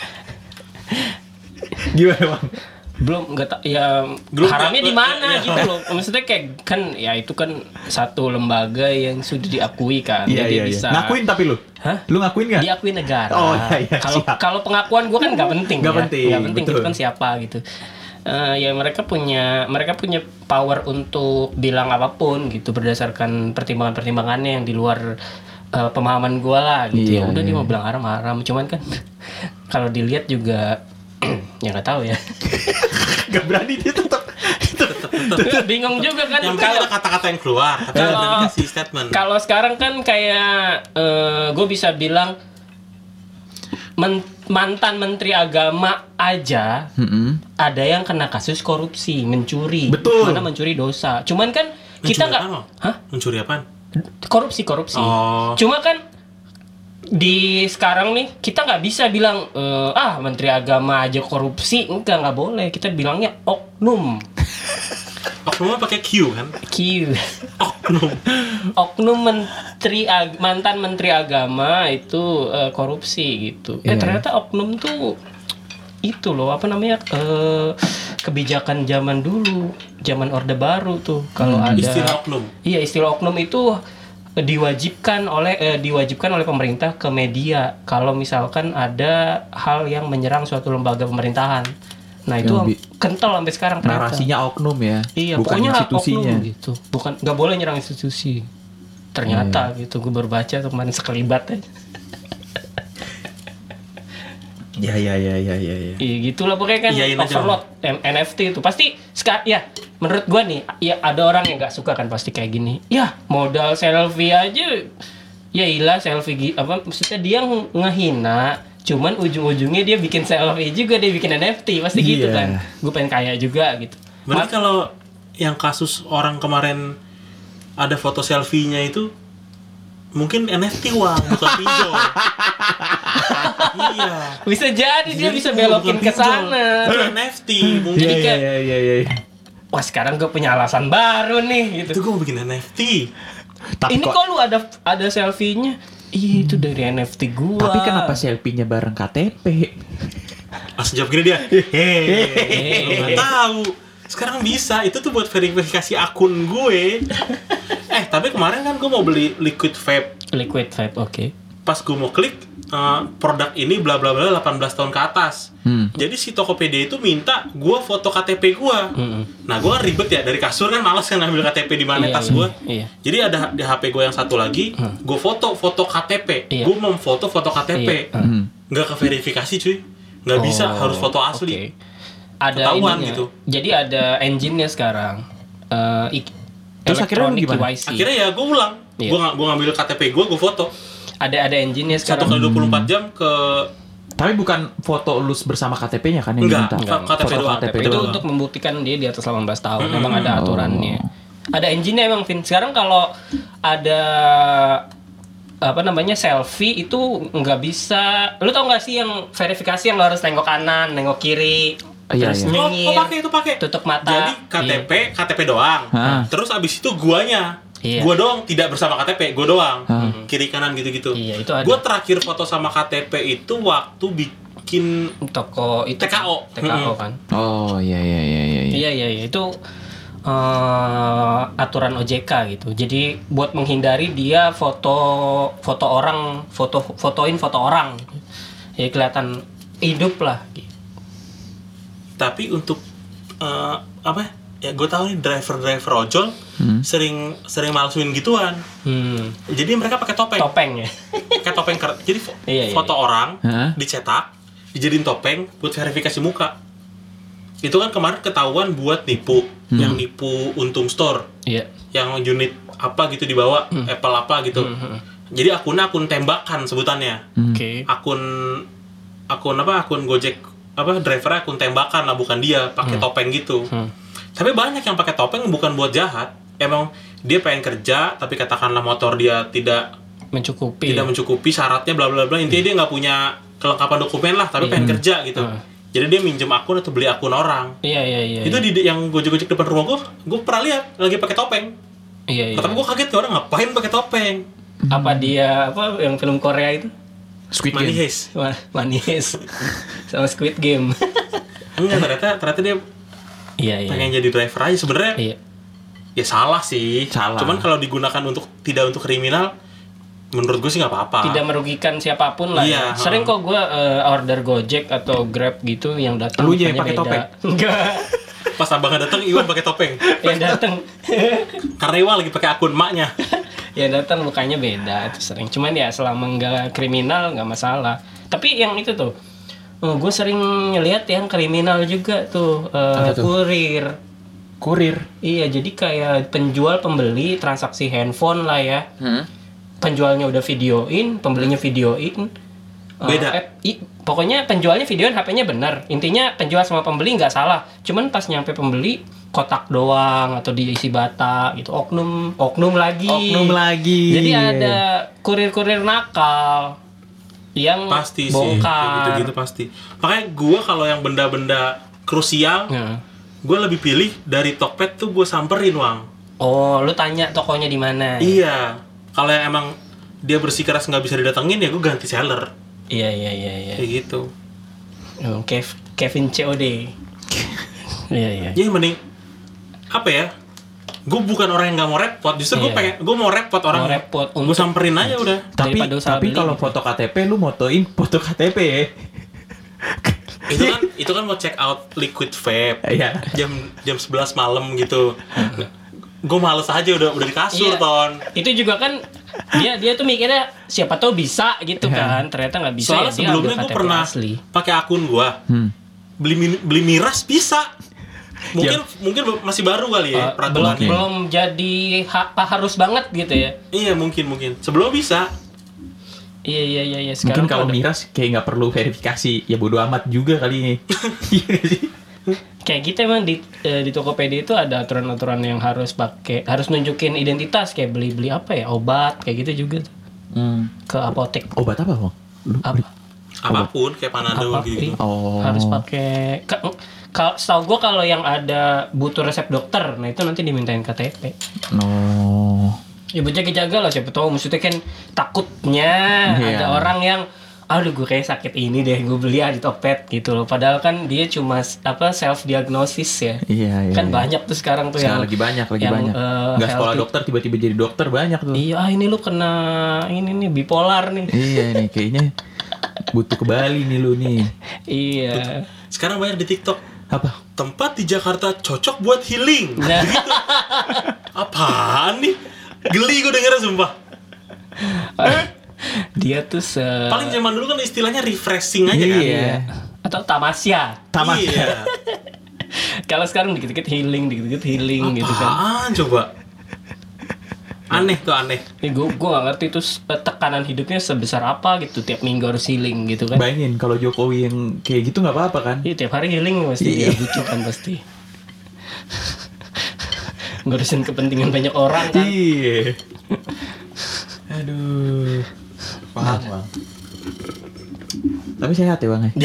Gimana, Bang?
Belum nggak tak ya
Belum,
haramnya
nggak-
di mana
iya.
gitu loh. Maksudnya kayak kan ya itu kan satu lembaga yang sudah diakui kan.
Iya,
Jadi
iya, iya.
bisa
Ngakuin tapi lu?
Hah?
Lu ngakuin nggak?
diakui negara.
Oh, iya, iya,
Kalau
siap.
kalau pengakuan gue kan nggak penting.
Nggak
ya.
penting,
Nggak penting
betul.
itu kan siapa gitu. Eh, ya mereka punya mereka punya power untuk bilang apapun gitu berdasarkan pertimbangan-pertimbangannya yang di luar eh, pemahaman gue lah gitu.
Iya,
Ya udah
iya.
dia mau bilang haram haram, cuman kan kalau dilihat juga ya nggak tahu ya.
Gak berani dia tetap.
Bingung juga kan
Yang penting
kalau
ada kata-kata yang keluar. Tapi
Kalau-
udah dikasih statement.
kalau sekarang kan kayak gue bisa bilang men- mantan menteri agama aja
Mm-mm.
ada yang kena kasus korupsi, mencuri.
Betul.
Mana mencuri dosa. Cuman kan kita
Mencuri
nggak,
apaan, Bang?
hah?
Mencuri apaan?
Korupsi korupsi.
Oh.
Cuma kan di sekarang nih kita nggak bisa bilang eh, ah menteri agama aja korupsi, enggak nggak boleh. Kita bilangnya oknum.
Oknumnya pakai Q kan?
Q.
Oknum.
Oknum menteri ag- mantan menteri agama itu eh, korupsi gitu. Eh
Iya.
ternyata oknum tuh itu loh apa namanya eh, kebijakan zaman dulu, zaman Orde Baru tuh kalau ada
Istilah oknum.
iya istilah oknum itu diwajibkan oleh eh, diwajibkan oleh pemerintah ke media kalau misalkan ada hal yang menyerang suatu lembaga pemerintahan. Nah itu
Yang bi-
kental sampai sekarang ternyata.
Narasinya oknum ya,
Iya,
bukan
pokoknya
institusinya.
oknum gitu. Bukan nggak boleh nyerang institusi. Ternyata gitu, gue baru baca tuh kemarin sekelibat aja.
Ya ya ya ya ya. ya.
Iya gitulah pokoknya kan
Iyain aja,
overload M- N F T itu pasti ska ya menurut gua nih ya ada orang yang nggak suka kan pasti kayak gini. Ya modal selfie aja ya ilah selfie gi- apa maksudnya dia ng- ngehina cuman ujung-ujungnya dia bikin selfie juga dia bikin N F T pasti gitu
Iya.
kan. Gue pengen kaya juga gitu.
Berarti kalau yang kasus orang kemarin ada foto selfie-nya itu mungkin N F T uang bukan pinjol. Iya.
Bisa jadi dia
Jadi
bisa
itu
belokin
bukan
ke
pinjol.
sana.
Itu N F T mungkin.
Jadi
Iya
kayak-
iya iya iya.
Wah sekarang gue punya alasan baru nih
Itu
gitu.
gue mau bikin N F T.
Tapi
Ini
kok,
kok lu ada ada selfie-nya? Iya itu dari N F T gua.
tapi kenapa selfie-nya bareng K T P?
Langsung jawab gini dia. Hehehe. Lu nggak tahu. Sekarang bisa. Itu tuh buat verifikasi akun gue. Eh tapi kemarin kan gue mau beli liquid vape.
Liquid vape, oke.
Pas gue mau klik uh, produk ini bla bla bla delapan belas tahun ke atas.
Hmm.
Jadi si Tokopedia itu minta gue foto K T P gue.
Mm-mm.
Nah gue kan ribet ya dari kasur kan malas kan ambil K T P di mana
Iya,
tas
iya,
gue.
iya.
Jadi ada di H P gue yang satu lagi, gue foto foto K T P.
Iya.
Gue mau foto foto K T P.
Iya.
Hmm.
Nggak ke verifikasi cuy. Nggak bisa
Oh,
harus foto asli.
oke. Ada
Ketahuan
ininya.
gitu.
Jadi ada engine-nya sekarang. Eh, ik-
Terus akhirnya lu
electronic
gimana?
K Y C.
Akhirnya ya gue ulang.
Iya.
Gue ng- gue ngambil K T P gue, gue foto.
Ada ada engine-nya
Satu
sekarang.
kali dua puluh empat jam ke
Tapi bukan foto lu bersama K T P-nya kan yang
Enggak,
diminta?
K T P
Foto
doang.
K T P
Itu
doang.
untuk membuktikan dia di atas delapan belas tahun.
Hmm.
Emang ada aturannya. Ada engine-nya emang, Vin. Sekarang kalau ada apa namanya selfie itu nggak bisa. Lu tau nggak sih yang verifikasi yang lo harus nengok kanan, nengok kiri,
Iya,
terus
iya.
Oh,
nyengir,
oh pakai itu pakai.
tutup mata.
Jadi K T P, K T P doang.
Hah.
Terus abis itu guanya.
Iya.
Gua doang tidak bersama K T P, gua doang.
Hah.
Kiri kanan gitu-gitu.
Iya, itu ada.
Gua terakhir foto sama K T P itu waktu bikin
Iya. Toko itu
T K O.
T K O kan.
Oh iya iya iya iya. iya.
Iya iya iya itu eh, aturan O J K gitu. Jadi buat menghindari dia foto foto orang, foto fotoin foto orang. Ya kelihatan hidup lah.
tapi untuk eh, apa ya? Ya gue tahu nih driver-driver ojol
Hmm.
sering sering malsuin gituan.
Hmm.
Jadi mereka pakai topeng.
Topeng ya.
Pakai topeng ker- jadi fo-
Iya, iya,
foto
iya.
orang
Hah?
dicetak, dijadiin topeng buat verifikasi muka. Itu kan kemarin ketahuan buat nipu,
Hmm.
yang nipu Untung Store,
Iya.
yang unit apa gitu dibawa, Apple apa gitu.
Hmm.
Jadi akunnya akun tembakan sebutannya.
Hmm.
Oke.
Akun akun apa? Akun Gojek apa drivernya akun tembakan lah, bukan dia pakai topeng gitu.
Hmm.
Tapi banyak yang pakai topeng bukan buat jahat. Emang dia pengen kerja tapi katakanlah motor dia tidak
Mencukupi.
tidak mencukupi syaratnya bla bla bla. Intinya dia nggak punya kelengkapan dokumen lah tapi
Iya.
pengen kerja gitu.
Hmm.
Jadi dia minjem akun atau beli akun orang.
Iya iya iya.
Itu di yang Gojek-Gojek depan rumah gua, gua pernah lihat lagi pakai topeng.
Iya iya.
Tapi gua kaget nih orang ngapain pakai topeng.
Apa dia apa yang film Korea itu?
Squid
Money
Game.
heist.
Ma- Manis. Sama Squid Game.
Enggak, ternyata ternyata dia
Iya iya.
pengen jadi driver aja sebenarnya.
Iya.
Ya salah sih.
Salah.
Cuman kalau digunakan untuk tidak untuk kriminal, menurut gue sih nggak apa-apa.
Tidak merugikan siapapun lah.
Iya,
ya. Sering
heeh.
kok gue order Gojek atau Grab gitu yang datang.
Lu aja yang
mukanya
pakai
beda.
topeng?
Enggak.
Pas abangnya datang, Iwan pakai topeng.
Yang datang.
Karena Iwan lagi pakai akun maknya.
yang datang mukanya beda itu sering. Cuman ya selama nggak kriminal nggak masalah. Tapi yang itu tuh. Oh, gue sering ngeliat yang kriminal juga tuh, eh,
Apa tuh?
kurir.
Kurir.
Iya, jadi kayak penjual pembeli transaksi handphone lah ya.
Hmm.
Penjualnya udah videoin, pembelinya videoin. Eh,
Beda.
eh, i- pokoknya penjualnya videoin H P-nya bener. Intinya penjual sama pembeli nggak salah. Cuman pas nyampe pembeli kotak doang atau diisi bata gitu. Oknum, oknum lagi.
Oknum lagi.
Jadi ada kurir-kurir nakal yang
Pasti sih.
bongkar.
Kayak gitu-gitu pasti. Makanya gue kalau yang benda-benda krusial,
Nah.
gue lebih pilih dari Tokped tuh gue samperin, Wang.
Oh, lu tanya tokonya di mana?
Iya. Kalau yang emang dia bersikeras nggak bisa didatengin, ya gue ganti seller.
Iya, iya, iya, iya.
Kayak gitu.
Oh, Kev- Kevin C O D. Iya, iya.
Jadi mending apa ya? Gue bukan orang yang nggak mau repot, justru gue
Iya.
pengen gue mau repot orang.
Mau repot
Gue
untuk
samperin aja udah.
Tapi
Daripada usaha
tapi
beli
kalau
gitu.
foto K T P lu motoin foto K T P ya.
Itu kan itu kan mau check out liquid vape.
Iya.
Jam jam sebelas malam gitu. Gue males aja udah udah di kasur,
Iya.
Ton.
Itu juga kan dia dia tuh mikirnya siapa tahu bisa gitu kan. Ternyata nggak bisa.
Soalnya
ya, dia
sebelumnya
ambil
gue
K T P
pernah
asli.
pakai akun gue
Hmm.
beli min- beli miras bisa. Mungkin mungkin masih baru kali ya
Eh, belum
peraturannya.
belum jadi ha- ha- harus banget gitu ya.
Iya mungkin mungkin. Sebelum bisa.
Iya iya iya iya
Mungkin
sekarang
kalau
tuh ada-
miras kayak nggak perlu verifikasi, ya bodo amat juga kali. Iya nggak sih?
kayak kita emang di eh, di Tokopedia itu ada aturan-aturan yang harus pakai harus nunjukin identitas kayak beli-beli apa ya obat kayak gitu juga tuh.
Hmm.
Ke apotek
Obat apa, Bang? Lu
apa
Apapun kayak Panadol
apa
gitu.
iya,
Oh.
harus pakai ka- kalau setahu gue kalau yang ada butuh resep dokter nah itu nanti dimintain K T P.
No.
Ya buat jaga-jaga lah siapa tahu maksudnya kan takutnya
Iya.
ada orang yang aduh gue kayak sakit ini deh gue beli ah di Tokped gitu loh padahal kan dia cuma s- apa self diagnosis ya.
Iya, iya.
Kan
iya.
banyak tuh sekarang tuh
Sekarang
yang
lagi banyak, lagi
yang,
banyak.
eh,
Nggak sekolah
healthy.
dokter tiba-tiba jadi dokter banyak tuh.
Iya, ah ini lu kena ini nih bipolar nih.
Iya nih kayaknya butuh ke Bali nih lu nih.
Iya.
Sekarang banyak di TikTok.
Apa?
Tempat di Jakarta cocok buat healing.
Nah.
Begitu. Apaan nih? Geli gue dengernya sumpah.
Dia tuh se
Paling zaman dulu kan istilahnya refreshing aja kan.
Iya.
atau tamasya.
Tamat.
Iya.
Kalau sekarang dikit-dikit healing, dikit-dikit healing gitu kan.
Apaan coba? Aneh tuh aneh.
Ya, gue gue gak ngerti tuh tekanan hidupnya sebesar apa gitu tiap minggu harus healing gitu kan.
Bayangin kalau Jokowi yang kayak gitu nggak apa-apa kan?
Iya tiap hari healing pasti dia butuh kan pasti. Ngurusin kepentingan banyak orang kan.
Iya. Aduh. Paham bang. Tapi sehat ya bang.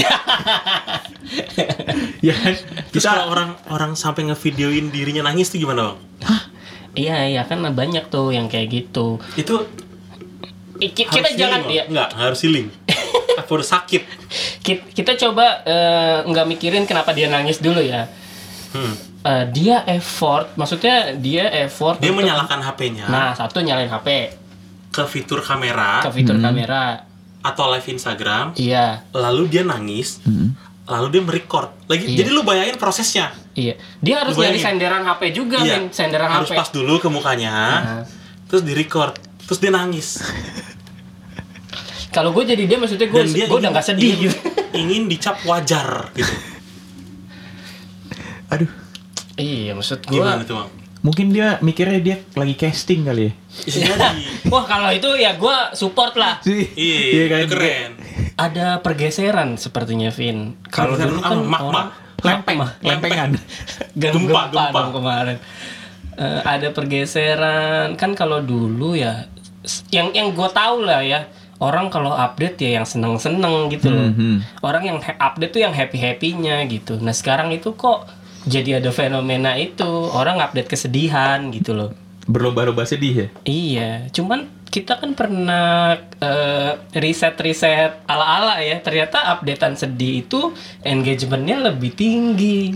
Ya kan?
Terus
Kita
kalau orang orang sampai ngevideoin dirinya nangis tuh gimana bang?
Iya iya kan banyak tuh yang kayak gitu.
Itu
I- ki-
harus
kita jangan
healing,
ya.
Bang? Enggak, harus healing. Apa udah sakit?
Ki- Kita coba eh, nggak mikirin kenapa dia nangis dulu ya.
Hmm.
Eh, dia effort, maksudnya dia effort.
Dia
untuk-
menyalakan H P-nya
Nah satu nyalain H P
ke fitur kamera
ke fitur
Hmm.
kamera.
atau live Instagram,
Iya
lalu dia nangis,
Hmm.
lalu dia merecord. Lagi,
Iya.
jadi lu bayangin prosesnya.
iya. Dia harus
Lu
nyari
bayangin.
senderan H P juga
Iya.
men, senderan
Harus
H P.
pas dulu ke mukanya,
Nah.
terus di-record, terus dia nangis.
Kalau gue jadi dia maksudnya gue
Dan dia
gue udah
ingin-
nggak sedih
ingin,
gitu.
ingin dicap wajar gitu.
aduh.
Iya maksud gue.
Gimana tuh bang?
Mungkin dia mikirnya dia lagi casting kali ya.
Bisa jadi.
Wah kalau itu ya gue support lah.
Iya,
kan?
itu keren.
Ada pergeseran sepertinya Vin. Kalau
Pergeseran
dulu
apa?
kan
Magma.
orang
Lempeng,
Magma.
lempengan.
Gem-
Gempa,
gempa,
gempa.
dong kemarin. Eh, ada pergeseran kan kalau dulu ya s- yang yang gue tahu lah ya orang kalau update ya yang seneng-seneng gitu loh.
Mhm.
Orang yang ha- update tuh yang happy-happynya gitu. Nah sekarang itu kok jadi ada fenomena itu orang update kesedihan gitu loh.
Berlomba-lomba sedih ya.
Iya, cuman kita kan pernah eh, riset-riset ala-ala ya. Ternyata updatean sedih itu engagementnya lebih tinggi.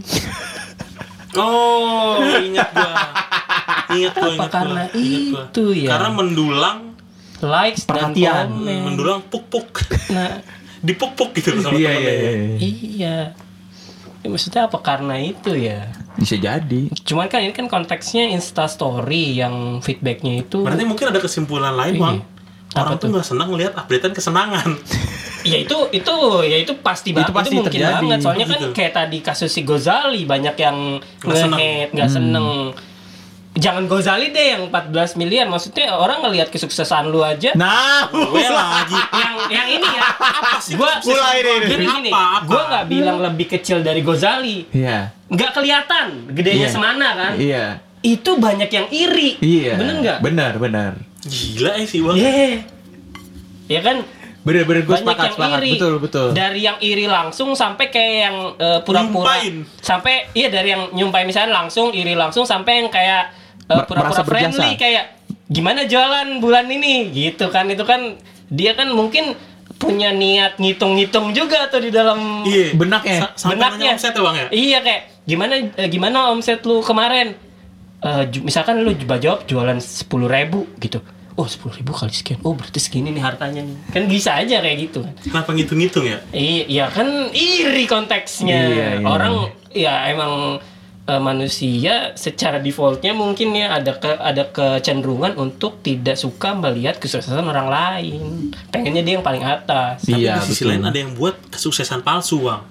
Oh, ingat gua. Ingat gua,
Apa
ingat
karena
gua. Ingat gua.
itu ya?
Karena mendulang
Likes dan
Perhatian.
komen.
mendulang puk-puk.
Nah,
Dipuk-puk gitu sama
Iya iya
temennya.
iya.
iya. Ya, maksudnya apa karena itu ya?
Bisa jadi.
Cuman kan ini kan konteksnya Insta Story yang feedbacknya itu.
Berarti mungkin ada kesimpulan lain,
Iya.
Bang.
Apa
Orang tuh
tuh?
nggak senang lihat updatean kesenangan.
Ya itu itu ya itu pasti banget, itu,
pasti
mungkin
terjadi.
banget soalnya kan
Gitu.
kayak tadi kasus si Gozali banyak yang
Nggak seneng.
nge-hate nggak seneng. Jangan Gozali deh yang empat belas miliar, maksudnya orang ngelihat kesuksesan lu aja.
Nah,
Gue lagi.
yang yang ini ya
Apa sih?
gua
kesuksesan
mulai
gua?
deh.
gini gini
Apa? Apa?
gua nggak bilang lebih kecil dari Gozali,
iya.
nggak kelihatan gedenya
Iya.
semana kan.
Iya.
Itu banyak yang iri.
Iya.
Bener nggak?
Benar, benar.
Gila ya sih, Bang.
Iya. Ya kan
Bener bener gue
banyak
sepakat,
yang
sepakat.
iri.
Betul, betul.
Dari yang iri langsung sampai kayak yang eh, pura-pura.
Nyumpain.
Sampai iya dari yang nyumpain misalnya langsung iri langsung sampai yang kayak eh,
Mer-
pura-pura
merasa berjasa.
friendly kayak gimana jualan bulan ini gitu kan. Itu kan dia kan mungkin punya niat ngitung-ngitung juga tuh di dalam
Iya.
Benaknya.
Sa- Sampai
benaknya.
nanya omset ya, Bang ya?
Iya kayak gimana eh, gimana omset lu kemarin? Eh, ju- misalkan lu coba jawab jualan sepuluh ribu gitu. Oh sepuluh ribu kali sekian. Oh berarti segini nih hartanya nih. Kan bisa aja kayak gitu kan.
Kenapa ngitung-ngitung ya?
I- Iya kan iri konteksnya.
Iya, iya.
Orang ya emang eh, manusia secara defaultnya mungkin ya ada ke, ada kecenderungan untuk tidak suka melihat kesuksesan orang lain. Pengennya dia yang paling atas.
Tapi
Iya,
di sisi
betul.
lain ada yang buat kesuksesan palsu, Bang.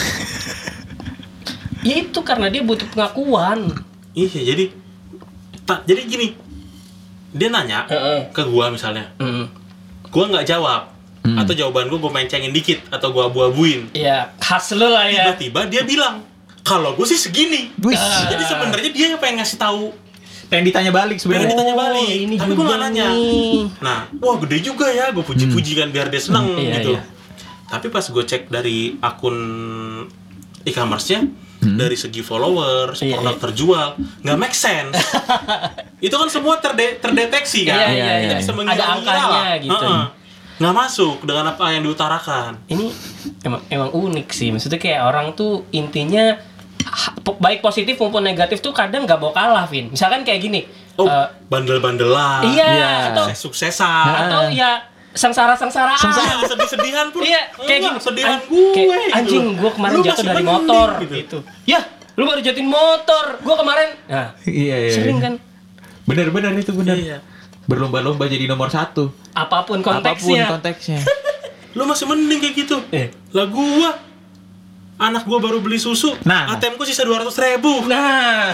Ya itu karena dia butuh pengakuan.
Iya, jadi tak jadi gini. Dia nanya
Heeh.
ke gua misalnya.
Mm.
Gua nggak jawab.
Hmm.
Atau jawaban gua gua mencengin dikit atau gua abu-abuin.
Ya khas lu lah ya.
Tiba-tiba dia bilang, "Kalau gua sih segini."
Wih.
Jadi sebenarnya dia yang pengen ngasih tahu.
Pengen ditanya balik
Pengen
sebenarnya.
ditanya balik.
Oh, ini
Tapi gua
juga
nggak nanya.
nih.
Nah, wah gede juga ya, gue puji-puji kan biar dia seneng
Hmm, iya,
gitu.
iya.
Tapi pas gue cek dari akun e-commerce-nya, dari segi followers,
Iya,
produk
iya.
terjual, nggak make sense. Itu kan semua terde- terdeteksi kan.
Iya, iya,
iya.
Kita bisa
Ada
mengira-ngira
angkanya
lah.
gitu.
Heeh. Nggak masuk dengan apa yang diutarakan.
Ini emang emang unik sih. Maksudnya kayak orang tuh intinya ha- po- baik positif maupun negatif tuh kadang nggak mau kalah, Vin. Misalkan kayak gini.
Oh,
eh,
bandel-bandelan.
iya,
iya.
atau
Suksesan.
atau ya sengsara-sengsaraan.
Iya, sedih-sedihan pun.
Iya, kayak
Enggak,
gini.
Sedihan
An-
gue.
kayak,
gitu.
anjing, gue kemarin
Lu
jatuh
masih
dari
mending,
motor
gitu.
gitu. Ya, lu baru jatuhin motor. Gue kemarin. Nah,
Iya, iya.
sering kan.
Bener-bener itu bener.
Iya.
Berlomba-lomba jadi nomor satu.
Apapun
Apapun
konteksnya.
konteksnya.
Lu masih mending kayak gitu.
Eh.
Lah gua anak gua baru beli susu,
Nah.
A T M ku sisa dua ratus ribu.
Nah,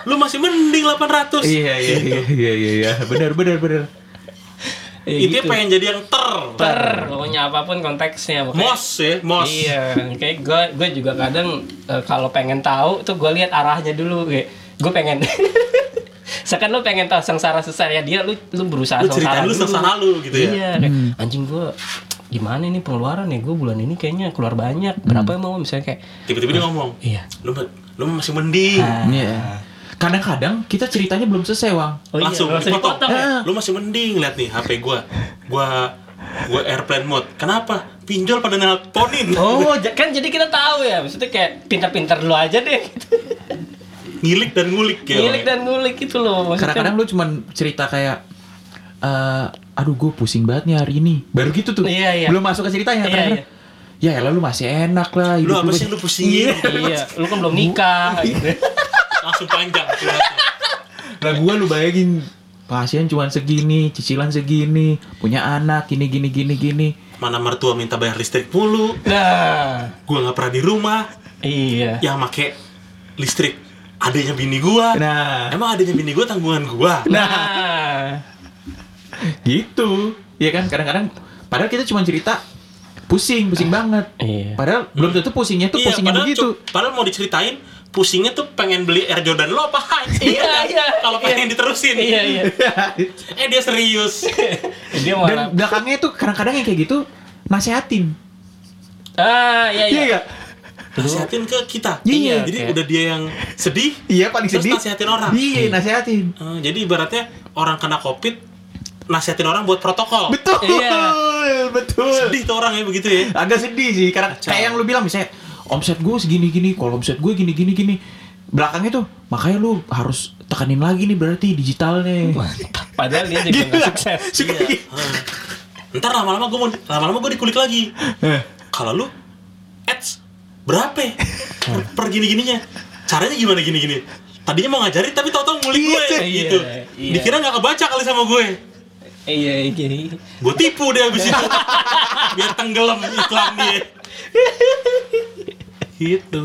Lu masih mending delapan ratus.
Iya iya
Gitu.
iya iya iya iya. Benar benar benar.
Ya,
Intinya
gitu.
pengen jadi yang ter.
ter pokoknya apapun konteksnya pokoknya.
Mos ya, mos.
Iya, kayak gue gue juga kadang eh, kalau pengen tahu tuh gue lihat arahnya dulu kayak gue pengen. Sekarang lu pengen tahu sengsara susahnya dia, lu lu berusaha
Lu
sengsara
ceritain lu
dulu.
sengsara lu gitu ya.
Iya, kayak, anjing gue gimana nih pengeluaran ya, gue bulan ini kayaknya keluar banyak. Berapa yang mau misalnya kayak
Tiba-tiba dia ngomong,
iya.
lu lu masih mending.
Ah.
Iya. Kadang-kadang kita ceritanya belum selesai, Wang.
Oh iya,
Langsung
langsung
dipotong.
dipotong ya?
Lu masih mending lihat nih H P gua. Gua gua airplane mode. Kenapa? Pinjol pada nelponin.
Oh, j- kan jadi kita tahu ya, maksudnya kayak pintar-pintar lu aja deh gitu.
Ngilik dan ngulik ya.
Ngilik dan ngulik itu loh. Maksudnya
Kadang-kadang lu cuman cerita kayak eh aduh gue pusing banget nih hari ini. Baru gitu tuh.
Iya, iya.
Belum masuk ke ceritanya.
Iya,
kadang-kadang, Ya elah lu masih enak lah.
Lu
hidup
apa sih
banyak-
lu pusingin?
iya, lu kan belum nikah gitu.
Langsung panjang curhatnya.
Lah gua lu bayangin pasien cuma segini, cicilan segini, punya anak gini gini gini gini.
Mana mertua minta bayar listrik mulu.
Nah,
Gua nggak pernah di rumah.
iya.
Yang make listrik adanya bini gua.
Nah,
Emang adanya bini gua tanggungan gua.
Nah,
gitu. Iya kan kadang-kadang padahal kita cuma cerita pusing, pusing banget.
iya.
Padahal belum tentu pusingnya tuh
Iya,
pusing yang
padahal,
begitu.
cu- padahal mau diceritain pusingnya tuh pengen beli Air Jordan lo apa?
Iya, iya.
Kalau pengen diterusin.
Iya, iya.
Eh dia serius.
Dia malah
Dan belakangnya tuh kadang-kadang yang kayak gitu nasehatin.
ah, iya, iya.
Iya enggak?
Nasihatin ke kita.
Iya,
Jadi
kayak-
udah dia yang sedih.
Iya paling
Terus
sedih.
nasihatin orang.
Iya, nasehatin.
Eh, jadi ibaratnya orang kena Covid nasihatin orang buat protokol.
Betul.
Iya.
Betul.
Sedih tuh orang ya begitu ya.
Agak sedih sih karena
Kacau.
kayak yang lu bilang misalnya omset gue segini gini, kalau omset gue gini gini gini. Belakangnya tuh makanya lu harus tekanin lagi nih berarti digitalnya.
Padahal dia juga nggak sukses.
Suka
Iya.
gitu.
Eh. Ntar lama-lama gue mau lama-lama gue dikulik lagi.
Eh.
Kalau lu ads berapa ya? per, per gini-gininya? Caranya gimana gini-gini? Tadinya mau ngajarin tapi tau-tau ngulik gue
Iya,
gitu.
iya.
Dikira nggak kebaca kali sama gue.
Iya, iya.
Gue tipu deh abis itu. Biar tenggelam iklan dia. Gitu.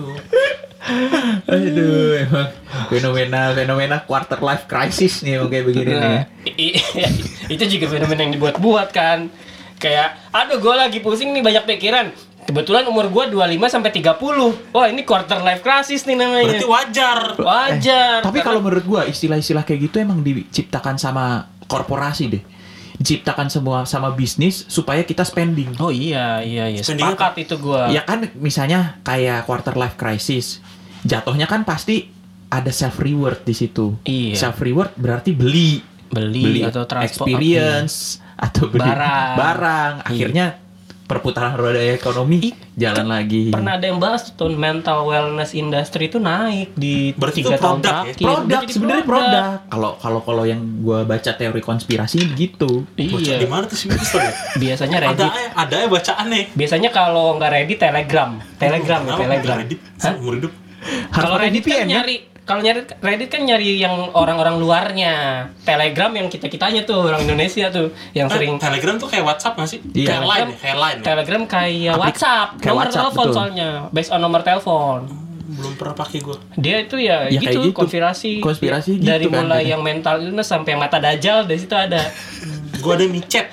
Aduh, emang fenomena fenomena quarter life crisis nih emang kayak begini nih.
Nah, i- i- itu juga fenomena yang dibuat-buat kan. Kayak, aduh gue lagi pusing nih banyak pikiran. Kebetulan umur gue dua puluh lima sampai tiga puluh. Wah, ini quarter life crisis nih namanya.
Berarti wajar.
Wajar.
Tapi
karena-
kalau menurut gua istilah-istilah kayak gitu emang diciptakan sama korporasi deh. Diciptakan semua sama bisnis supaya kita spending.
Oh iya, iya, iya.
Spending
Sepakat itu gua.
Ya kan misalnya kayak quarter life crisis. Jatuhnya kan pasti ada self reward di situ.
Iya.
Self reward berarti beli,
Beli, atau transport
experience atau beli
Barang.
barang. Akhirnya perputaran roda ekonomi jalan lagi.
Pernah ada yang bahas tuh mental wellness industry itu naik di
Berarti
tiga
itu
tahun
produk ya?
terakhir.
Produk
Udah jadi
sebenarnya produk. Kalau kalau kalau yang gua baca teori konspirasi gitu.
Baca
Iya.
di mana tuh sih Mister ya?
Biasanya
Ada
Reddit.
ya, ada ya bacaan nih.
Biasanya kalau nggak Reddit Telegram. Telegram ya,
Kenapa
Telegram.
Reddit?
Hah?
Seumur hidup.
Kalau
pakai
Reddit
V P N
kan
ya?
nyari kalau nyari Reddit kan nyari yang orang-orang luarnya. Telegram yang kita-kitanya tuh orang Indonesia tuh yang
Eh,
sering
Telegram tuh kayak WhatsApp nggak sih?
Iya.
Kayak Line ya, kayak Line ya?
Telegram kayak
Aplik-
WhatsApp,
kayak
nomor
WhatsApp,
telepon
betul.
soalnya, based on nomor telepon.
Belum pernah pakai gue.
Dia itu ya,
Ya,
gitu,
kayak gitu.
konspirasi.
Konspirasi gitu
dari
kan,
mulai
kadang.
yang mental illness sampai yang mata dajal dari situ ada.
Gue ada micet.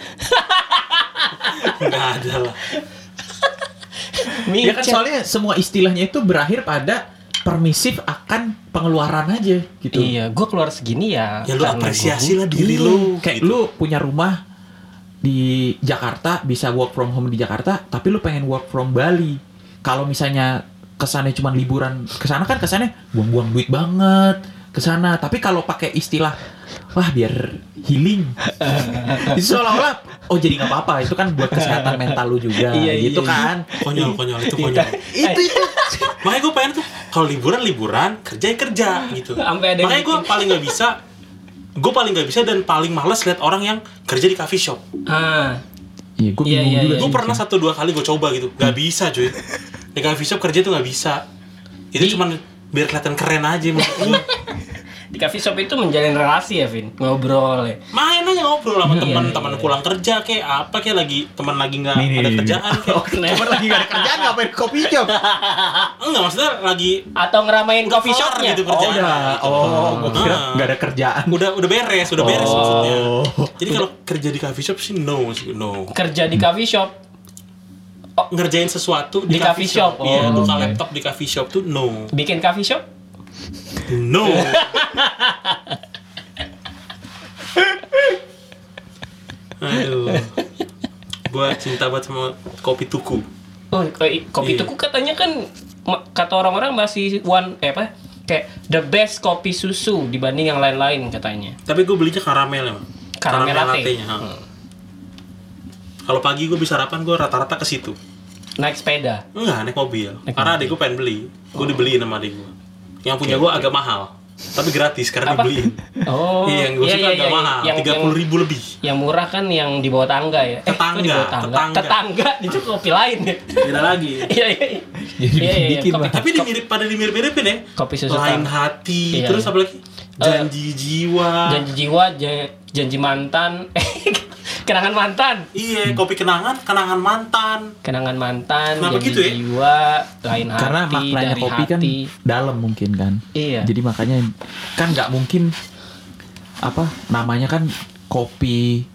Nggak ada lah.
Ya kan
Micet.
soalnya semua istilahnya itu berakhir pada permisif akan pengeluaran aja gitu.
Iya, gue keluar segini ya.
Ya lu
karena
apresiasi
gua
lah diri
Iya.
lu.
Kayak
gitu.
lu punya rumah di Jakarta, bisa work from home di Jakarta, tapi lu pengen work from Bali. Kalau misalnya kesannya cuma liburan, kesana kan kesannya buang-buang duit banget kesana. Tapi kalau pakai istilah, wah biar healing, itu seolah-olah, oh jadi nggak apa-apa. Itu kan buat kesehatan mental lu juga,
Iya,
gitu
iya,
kan?
Konyol, konyol itu konyol.
Itu itu.
Makanya gue pengen tuh kalau liburan liburan, kerja ya kerja gitu.
Sampai ada yang
Makanya gue
bikin.
paling nggak bisa, gue paling nggak bisa dan paling males lihat orang yang kerja di coffee shop.
Ah,
Iya, gue
Iya,
bingung
iya,
juga.
iya.
Gue
sih.
pernah satu dua kali gue coba gitu, nggak bisa cuy. Di coffee shop kerja tuh nggak bisa. Itu
Di-
cuman biar kelihatan keren aja menurut gue.
Di coffee shop itu menjalin relasi ya, Vin? Ngobrol ya?
Main aja ngobrol sama
Iya,
teman,
iya,
teman
iya.
pulang kerja kayak apa kayak lagi teman lagi nggak
Nih, nih,
ada
nih,
kerjaan kayak.
Oh, kenapa lagi gak ada kerjaan ngapain ke coffee shop?
Enggak, maksudnya lagi
Atau ngeramein
Udah
coffee
kelar
shopnya?
gitu
Oh
kerjaan.
udah, oh gua kira
Ah.
gak ada kerjaan.
udah udah beres, udah beres
Oh.
maksudnya. Jadi kalau kerja di coffee shop sih no, sih no.
Kerja di coffee shop?
Ngerjain sesuatu di,
Di coffee shop.
Iya,
Oh,
buka
oke.
laptop di coffee shop tuh no.
Bikin coffee shop?
No. Aduh. Gua cinta banget sama kopi tuku.
Oh, kayak kopi
Iya.
tuku katanya kan ma- kata orang-orang masih one eh apa? Kayak the best kopi susu dibanding yang lain-lain katanya.
Tapi gue belinya karamel emang.
Karamel latte.
latte-nya. ha.
Hmm.
Kalau pagi gue bisa sarapan, gue rata-rata ke situ.
Naik sepeda.
Enggak, naik mobil.
Naik
Karena
mobil.
adik gue pengen beli. Gue dibeliin sama adik gue. Yang punya gue agak mahal. Tapi gratis karena
Apa?
dibeliin.
Oh,
Iya, yang gue suka agak mahal.
Yang,
tiga puluh ribu lebih.
yang murah kan yang di bawah tangga ya. Eh, kok
Tetangga,
di bawah tangga.
tetangga.
Tetangga itu kopi lain ya.
Beda lagi.
Iya, iya. iya.
Jadi
Iya, iya,
bikin
kopi,
lah.
Tapi dimirip pada dimirip-miripin ya.
kopi susu
Lain
tang-
hati.
Iya,
Terus
iya.
apa lagi? Janji jiwa.
janji jiwa, ja- janji mantan. Kenangan mantan.
Iya, kopi kenangan, kenangan mantan.
Kenangan mantan,
Kenapa
janji
gitu ya?
jiwa, lain hati,
Karena maknanya
dari
kopi kan
hati.
dalam mungkin kan.
Iya.
Jadi makanya kan nggak mungkin apa namanya kan kopi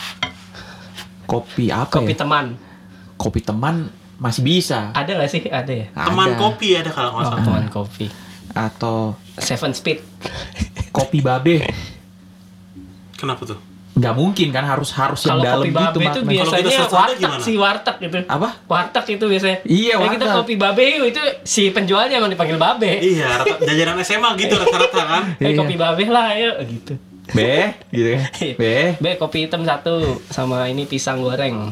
kopi apa
Kopi
ya?
teman.
Kopi teman masih bisa.
Ada nggak sih? Ada ya?
Teman
Ada.
kopi ada kalau nggak
Oh,
salah.
teman kopi.
Atau
Seven Speed.
kopi babe.
Kenapa tuh?
Nggak mungkin kan harus harus yang
Kalau
dalam
kopi
gitu
babe itu
maknanya.
Kalau kita
biasanya
sastra
warteg
gimana?
sih, warteg gitu.
Apa?
Warteg itu biasanya.
Iya,
Kayak kita
warteg.
kopi babe itu si penjualnya emang dipanggil babe.
Iya, rata, jajaran S M A gitu rata-rata kan.
Eh
Iya.
kopi babe lah ayo gitu.
Be, gitu kan. Be.
Be kopi hitam satu sama ini pisang goreng.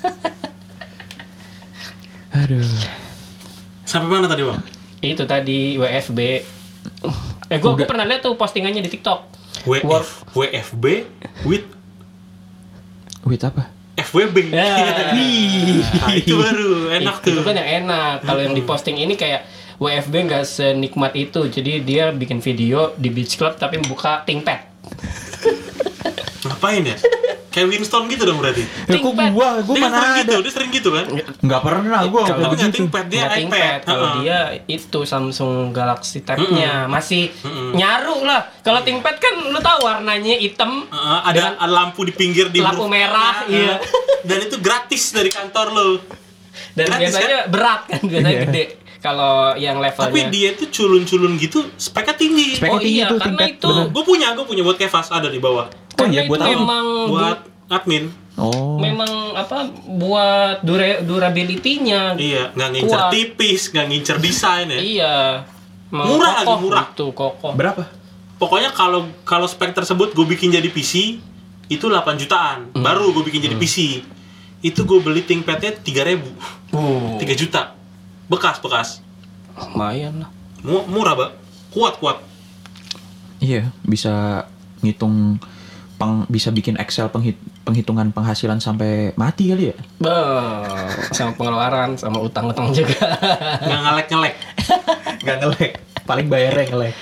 Aduh.
Sampai mana tadi, Bang?
Itu tadi W F B. Eh gua, gua
Udah.
pernah lihat tuh postingannya di TikTok.
W
War-
F W F B with
Wait apa?
F W B.
Ya.
Nah, itu baru enak
Itu
tuh.
kan yang enak. Kalau yang diposting ini kayak W F B nggak senikmat itu. Jadi dia bikin video di beach club tapi membuka ThinkPad.
Ngapain ya? Kayak Winston gitu dong berarti.
Ya, kok
ThinkPad.
gua, gua
Dia
mana
sering
ada.
gitu, dia sering gitu kan?
Nggak pernah gua
Kalau-
kayak
Tapi nggak
begitu.
ThinkPad, dia
Nggak
iPad.
ThinkPad. Kalau
Heeh.
dia itu Samsung Galaxy Tab-nya masih
Mm-mm.
nyaru lah. Kalau ThinkPad kan lu tahu warnanya hitam.
Heeh, ada, ada lampu di pinggir di
Lampu
huruf
merah,
A,
iya.
Dan itu gratis dari kantor lo.
Dan
Gratis,
biasanya berat kan, biasanya
Iya.
gede. Kalau yang levelnya.
Tapi dia tuh culun-culun gitu, speknya tinggi.
Spek-
Oh
tinggi
iya,
tuh,
karena
ThinkPad,
itu
bener.
Gue punya, gue punya buat Kevas ada di bawah.
Oh
karena
iya, buat
itu
apa?
memang
Buat admin.
Oh.
memang apa buat dura, durability-nya.
Iya, nggak ngincer
Kuat.
tipis, nggak ngincer desain ya.
Iya. Memang
Murah lagi,
kokoh
murah.
gitu, kokoh.
Berapa?
Pokoknya kalau kalau spek tersebut gue bikin jadi P C itu delapan jutaan.
Hmm.
Baru gue bikin jadi P C. Itu gue beli ThinkPad-nya tiga ribu.
Uh,
tiga juta. Bekas, bekas.
lumayan lah.
Mu- Murah, Bang. Kuat, kuat.
Iya, bisa ngitung peng, bisa bikin Excel penghit, penghitungan penghasilan sampai mati kali ya.
Bah, sama pengeluaran, sama utang-utang juga.
Nggak ngelek-ngelek.
Gak ngelek. Paling bayarnya ngelek.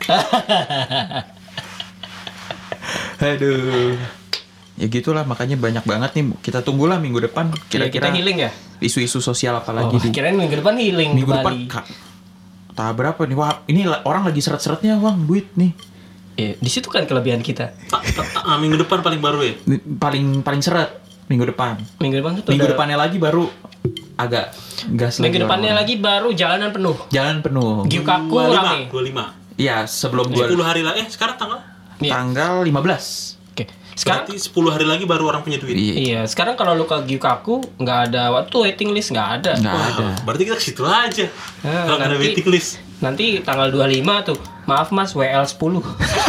Aduh. Ya gitulah, makanya banyak banget nih. Kita tunggulah minggu depan
Kira kita
kira-kira
healing ya?
isu-isu sosial apa
Oh,
lagi di
kirain minggu depan healing
minggu
di
depan.
Bali.
Kak, tahap berapa nih? Wah, ini la- orang lagi seret-seretnya, Bang, duit nih.
Iya, di situ kan kelebihan kita.
Ta- ta- ta- ah, minggu depan paling baru ya.
Ini paling paling seret minggu depan.
Minggu depan tuh
Minggu
udah-
depannya lagi baru agak gas
Minggu
lagi
depannya
orang-orang.
lagi baru jalanan penuh.
Jalan penuh.
Gyukaku
dua puluh lima,
rame.
dua puluh lima.
Iya, sebelum gua
sepuluh hari lagi. Eh, sekarang tanggal?
Iya.
tanggal lima belas.
Oke. Sekarang
Berarti sepuluh hari lagi baru orang punya duit.
Iya,
iya, sekarang kalau lu ke Gyukaku nggak ada waktu waiting list nggak ada.
nggak
Wah,
ada.
berarti kita ke situ aja.
Ah,
Kalau nggak ada
nanti-
waiting list.
Nanti tanggal dua puluh lima tuh. Maaf Mas, W L sepuluh.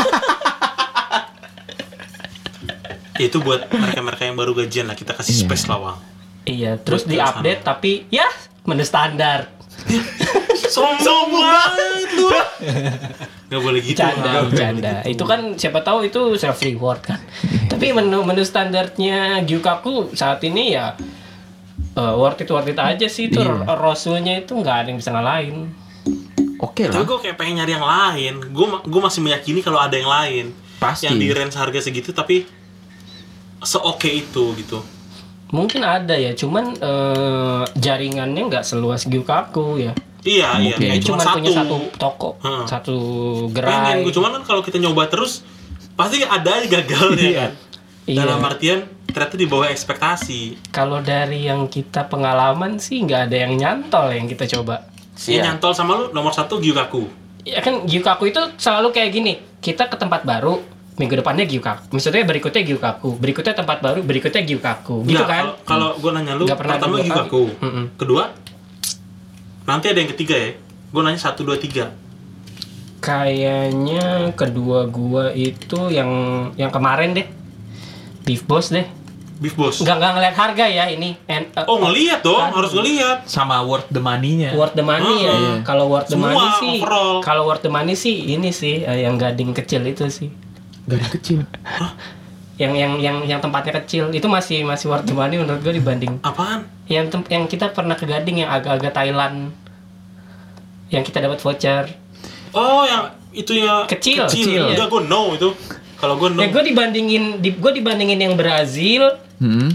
Itu buat mereka-mereka yang baru gajian lah, kita kasih
Iya.
space lawang.
Iya, terus
Betul,
di-update tapi ya menu standar.
Sombong banget lu. Gak boleh gitu.
Bercanda,
Nggak boleh
bercanda.
gitu.
Itu kan siapa tahu itu self reward kan. Tapi menu menu standarnya Gyukaku saat ini ya eh, worth it worth it aja sih itu
Iya.
rosunya itu nggak ada yang bisa ngalahin.
oke
Tapi
lah.
gue kayak pengen nyari yang lain. Gue gue masih meyakini kalau ada yang lain.
Pasti.
Yang di range harga segitu tapi se-oke itu gitu.
Mungkin ada ya, cuman eh, jaringannya nggak seluas Gyukaku ya.
Iya, iya.
Mungkin.
Kayak
Dia cuma
cuma
punya
satu.
satu toko,
Hmm.
satu
Pengen
gerai.
gue, cuman kan kalau kita nyoba terus pasti ada aja gagalnya kan.
Iya.
Dalam artian ternyata di bawah ekspektasi.
Kalau dari yang kita pengalaman sih nggak ada yang nyantol yang kita coba.
Iya. Nyantol sama lu nomor satu Gyukaku.
Ya kan Gyukaku itu selalu kayak gini. Kita ke tempat baru, minggu depannya Gyukaku. Maksudnya berikutnya Gyukaku, berikutnya tempat baru, berikutnya Gyukaku. Gitu
Nggak,
kan?
Kalau, kalau gue nanya lu,
Nggak pernah
pertama
dua kali.
Gyukaku.
Mm-mm.
Kedua, nanti ada yang ketiga ya. Gue nanya satu, dua, tiga.
Kayaknya kedua gua itu yang yang kemarin deh. Beef Boss deh.
Beef Boss.
Nggak nggak ngeliat harga ya ini. And, uh,
Oh ngelihat dong,
Kan.
harus ngelihat.
Sama worth the money-nya.
Worth the money ya.
Hmm.
Kalau worth the
Semua,
money sih.
overall.
Kalau worth the money sih ini sih eh, yang gading kecil itu sih.
Garis kecil.
Yang yang yang yang tempatnya kecil itu masih masih worth the money menurut gua dibanding
Apaan?
yang tem- yang kita pernah ke Gading yang agak-agak Thailand. Yang kita dapat voucher.
Oh yang itu ya
Kecil,
kecil.
kecil.
Enggak, gue no itu. Kalau gue no.
Ya gue dibandingin di gue dibandingin yang Brazil.
Hmm.